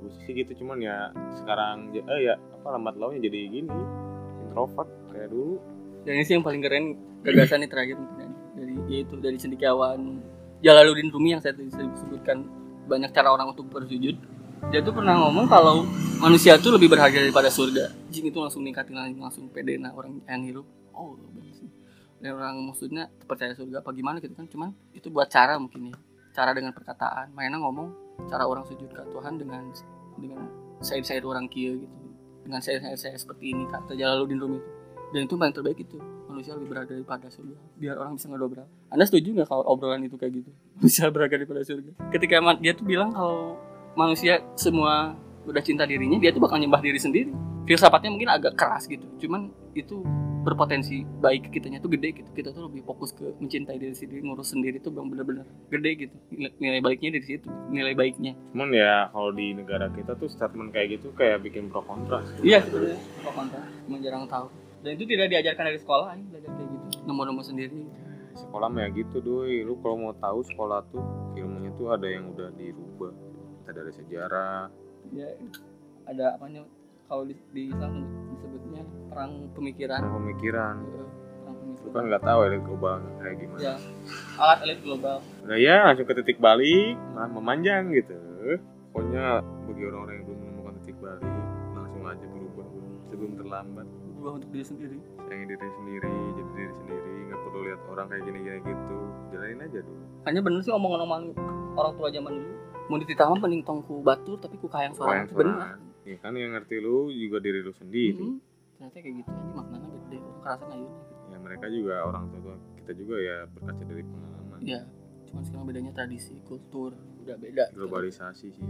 bagus sih gitu, cuman ya sekarang eh ya apa lambat launnya jadi gini introvert kayak dulu. Dan ini sih yang paling keren gagasan ini terakhir mungkin dari yaitu dari cendekiawan Jalaluddin Rumi yang saya tadi sebutkan banyak cara orang untuk bersujud. Dia tuh pernah ngomong kalau manusia tuh lebih berharga daripada surga. Jing itu langsung ningkatin lagi, langsung pede nah orang yang hidup. Oh benar sih. Dan orang maksudnya percaya surga apa gimana gitu kan, cuman itu buat cara mungkin ya. Cara dengan perkataan. Mainnya ngomong cara orang sujud ke Tuhan dengan dengan syair-syair orang kia gitu. Dengan syair-syair seperti ini kata Jalaluddin Rumi itu. Dan itu paling terbaik itu. Manusia lebih berharga daripada surga. Biar orang bisa ngedobrak. Anda setuju nggak kalau obrolan itu kayak gitu? Manusia berharga daripada surga. Ketika dia tuh bilang kalau manusia semua udah cinta dirinya, dia tuh bakal nyembah diri sendiri. Filsafatnya mungkin agak keras gitu. Cuman itu berpotensi baik kitanya tuh gede gitu. Kita tuh lebih fokus ke mencintai diri sendiri, ngurus sendiri tuh bang benar-benar gede gitu. Nilai baiknya dari situ, nilai baiknya. Cuman ya kalau di negara kita tuh statement kayak gitu kayak bikin pro kontra. Iya sebenarnya pro kontra, emang jarang tahu. Dan itu tidak diajarkan dari sekolah, ini belajar kayak gitu. Nemu-nemu sendiri. Sekolah mah ya gitu doi. Lu kalau mau tahu sekolah tuh ilmunya tuh ada yang udah dirubah. Ada dari sejarah. Ya ada apanya kalau di, di Islam disebutnya perang pemikiran. Perang pemikiran. Perang pemikiran. Lu kan nggak tahu elit global kayak gimana. Ya. Alat elit global. Nah ya langsung ke titik balik, malah memanjang gitu. Pokoknya bagi orang-orang yang belum menemukan titik balik, langsung aja berubah sebelum terlambat. Berubah untuk diri sendiri. Sayangin diri sendiri, jadi diri sendiri, nggak perlu lihat orang kayak gini-gini gitu. Jalanin aja dulu. Hanya bener sih omongan-omongan orang tua zaman dulu. Mau dititama mending tongku batur tapi ku kayang suara. Bener. Iya kan yang ngerti lu juga diri lu sendiri. Mm-hmm. Ternyata kayak gitu aja maknanya gede. Kerasan aja. Ya mereka juga orang tua kita juga ya berkaca dari pengalaman. Iya. Cuma sekarang bedanya tradisi, kultur udah beda. Globalisasi sih.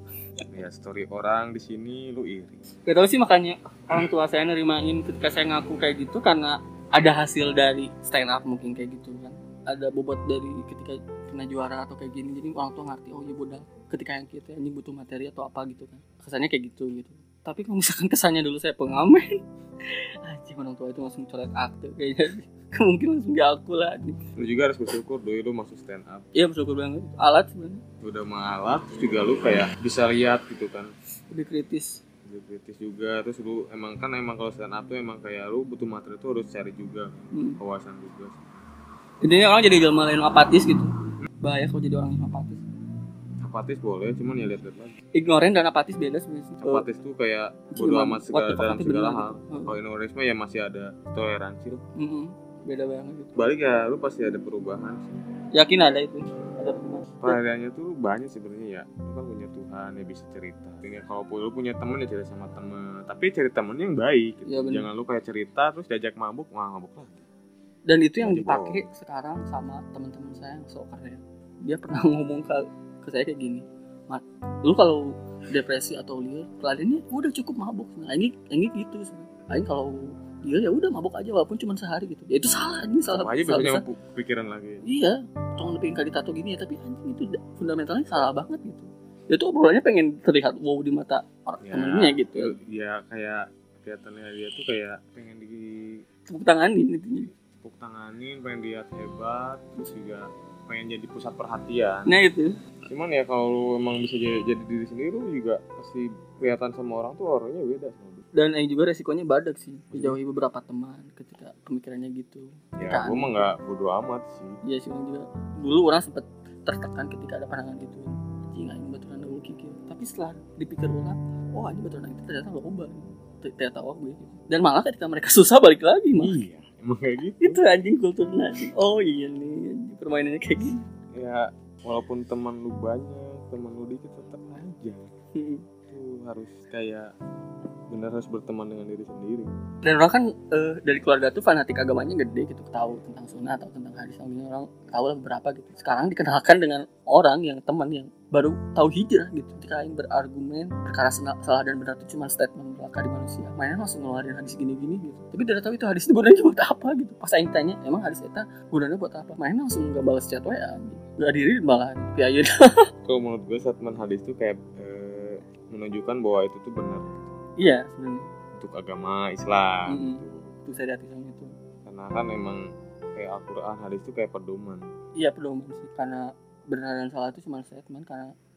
Ya story orang di sini lu iri. Gak tau sih makanya orang tua saya nerimain ketika saya ngaku kayak gitu karena ada hasil dari stand up mungkin kayak gitu kan. Ada bobot dari ketika kena juara atau kayak gini, jadi orang tua ngerti oh iya bodoh ketika yang kita anjing butuh materi atau apa gitu kan, kesannya kayak gitu gitu. Tapi kalau misalkan kesannya dulu saya pengamen anjing orang tua itu langsung coret akte kayaknya mungkin langsung diaku lah anjing. Lu juga harus bersyukur doi lu masuk stand up. Iya bersyukur banget, alat sebenarnya udah mengalat terus juga lu kayak bisa lihat gitu kan, lebih kritis lebih kritis juga. Terus lu emang kan emang kalau stand up tuh emang kayak lu butuh materi tuh harus cari juga hmm. kawasan juga. Intinya orang jadi jelma lain apatis gitu. Bahaya kalau jadi orang yang apatis. Apatis boleh, cuman ya lihat-lihat lagi. Ignoran dan apatis beda sebenarnya. Apatis tuh kayak bodo amat segala dalam segala hal. Gitu. Kalau ignoranisme ya masih ada toleransi loh. Mm-hmm. Beda banget gitu. Balik ya, lu pasti ada perubahan sih. Yakin ada itu. Ada perubahan. Variannya tuh banyak sebenarnya ya. Lu kan punya Tuhan ya bisa cerita. Ini kalau lu punya temen ya cerita sama temen. Tapi cari temennya yang baik. Gitu. Ya, jangan lu kayak cerita terus diajak mabuk, wah mabuk lagi. Dan itu yang dipakai oh. sekarang sama teman-teman saya yang sok keren. Dia pernah ngomong ke, ke saya kayak gini, Mat, lu kalau depresi atau liar, kelarinnya udah cukup mabuk. Nah, ini ini gitu. Aing kalau liar ya udah mabuk aja walaupun cuma sehari gitu. Ya itu salah, ini salah. Sama aja biasanya pikiran lagi. Iya, tolong lebih kali tato gini ya, tapi anjing itu fundamentalnya salah banget gitu. Dia tuh obrolannya pengen terlihat wow di mata orang ya, temennya gitu. Ya kayak kelihatannya dia tuh kayak pengen di tepuk tanganin intinya. Tepuk tanganin, pengen lihat hebat, terus juga pengen jadi pusat perhatian. Nah itu. Cuman ya kalau lu emang bisa jadi, jadi diri sendiri, lu juga pasti kelihatan sama orang tuh orangnya beda. Dan yang juga resikonya badak sih, dijauhi beberapa teman ketika pemikirannya gitu. Ya, gue mah nggak bodo amat sih. Iya sih juga. Dulu orang sempet tertekan ketika ada pandangan gitu. Anjing aing baturan dulu kikir. Tapi setelah dipikir ulang, oh anjing baturan itu ternyata loba. Ternyata wah gue. Dan malah ketika mereka susah balik lagi mah. Iya. Emang kayak gitu. Itu anjing kulturnya anjing. Oh iya nih, permainannya kayak gini. Ya, walaupun teman lu banyak, teman lu dikit tetap aja. Hmm. Tuh harus kayak benar harus berteman dengan diri sendiri. Dan orang kan uh, dari keluarga tuh fanatik agamanya gede gitu, tahu tentang sunnah atau tentang hadis, orang tahu lah beberapa gitu. Sekarang dikenalkan dengan orang yang teman yang baru tahu hijrah gitu, ketika yang berargumen perkara salah dan benar itu cuma statement belaka di manusia, mainnya langsung ngeluarin hadis gini-gini gitu. Tapi tidak tahu itu hadis itu gunanya buat apa gitu. Pas aing tanya, emang hadis eta gunanya buat apa? Mainnya langsung nggak balas chat W A, nggak diri malah kayak aja. Kalau menurut gue statement hadis itu kayak e, menunjukkan bahwa itu tuh benar. Iya sebenarnya. Untuk agama Islam. Mm-hmm. Itu saya lihat itu. Karena kan emang kayak Al-Quran hadis itu kayak pedoman. Iya pedoman sih, karena benar dan salah itu cuma statement, karena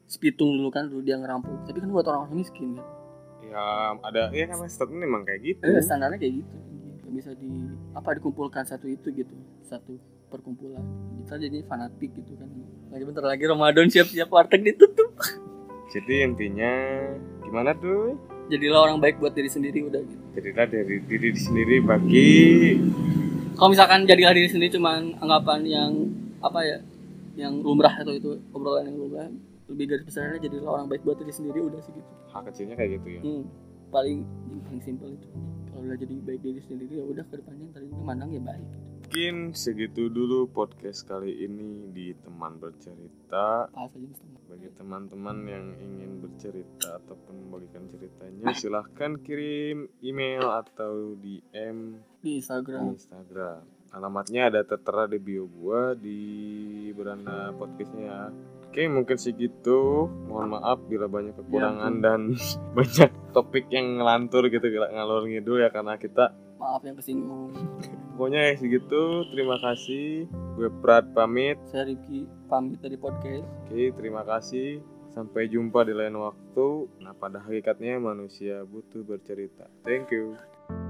sepitung dulu kan dulu dia ngerampok. Tapi kan buat orang miskin kan. Ya ada ya kan statement memang kayak gitu. Eh, standarnya kayak gitu. Gak bisa di apa dikumpulkan satu itu gitu, satu perkumpulan. Kita jadi fanatik gitu kan. Lagi bentar lagi Ramadan siap-siap warteg ditutup. Jadi intinya gimana tuh? Jadilah orang baik buat diri sendiri udah gitu. Jadilah dari diri sendiri bagi Kalau misalkan jadilah diri sendiri cuman anggapan yang apa ya, yang lumrah atau itu obrolan yang lumrah, lebih garis besarnya jadilah orang baik buat diri sendiri udah sih gitu. hal kecilnya kayak gitu ya. Hmm, paling yang paling simpel itu. Kalau udah jadi baik diri sendiri ya udah kedepannya ntar juga mandang ya baik. Mungkin segitu dulu podcast kali ini di Teman Bercerita. Pas aja mesti. Bagi teman-teman yang ingin bercerita ataupun membagikan ceritanya, silahkan kirim email atau D M Di di Instagram. Instagram. Alamatnya ada tertera di bio gua di beranda podcastnya ya. Oke, mungkin segitu. Mohon maaf bila banyak kekurangan Ya, dan banyak topik yang ngelantur gitu, ngalor ngidul ya karena kita. Maaf yang kesinggung. Pokoknya ya segitu. Terima kasih. Gue Prat pamit. Saya Rifki pamit dari podcast. Oke, terima kasih. Sampai jumpa di lain waktu. Nah, pada hakikatnya manusia butuh bercerita. Thank you.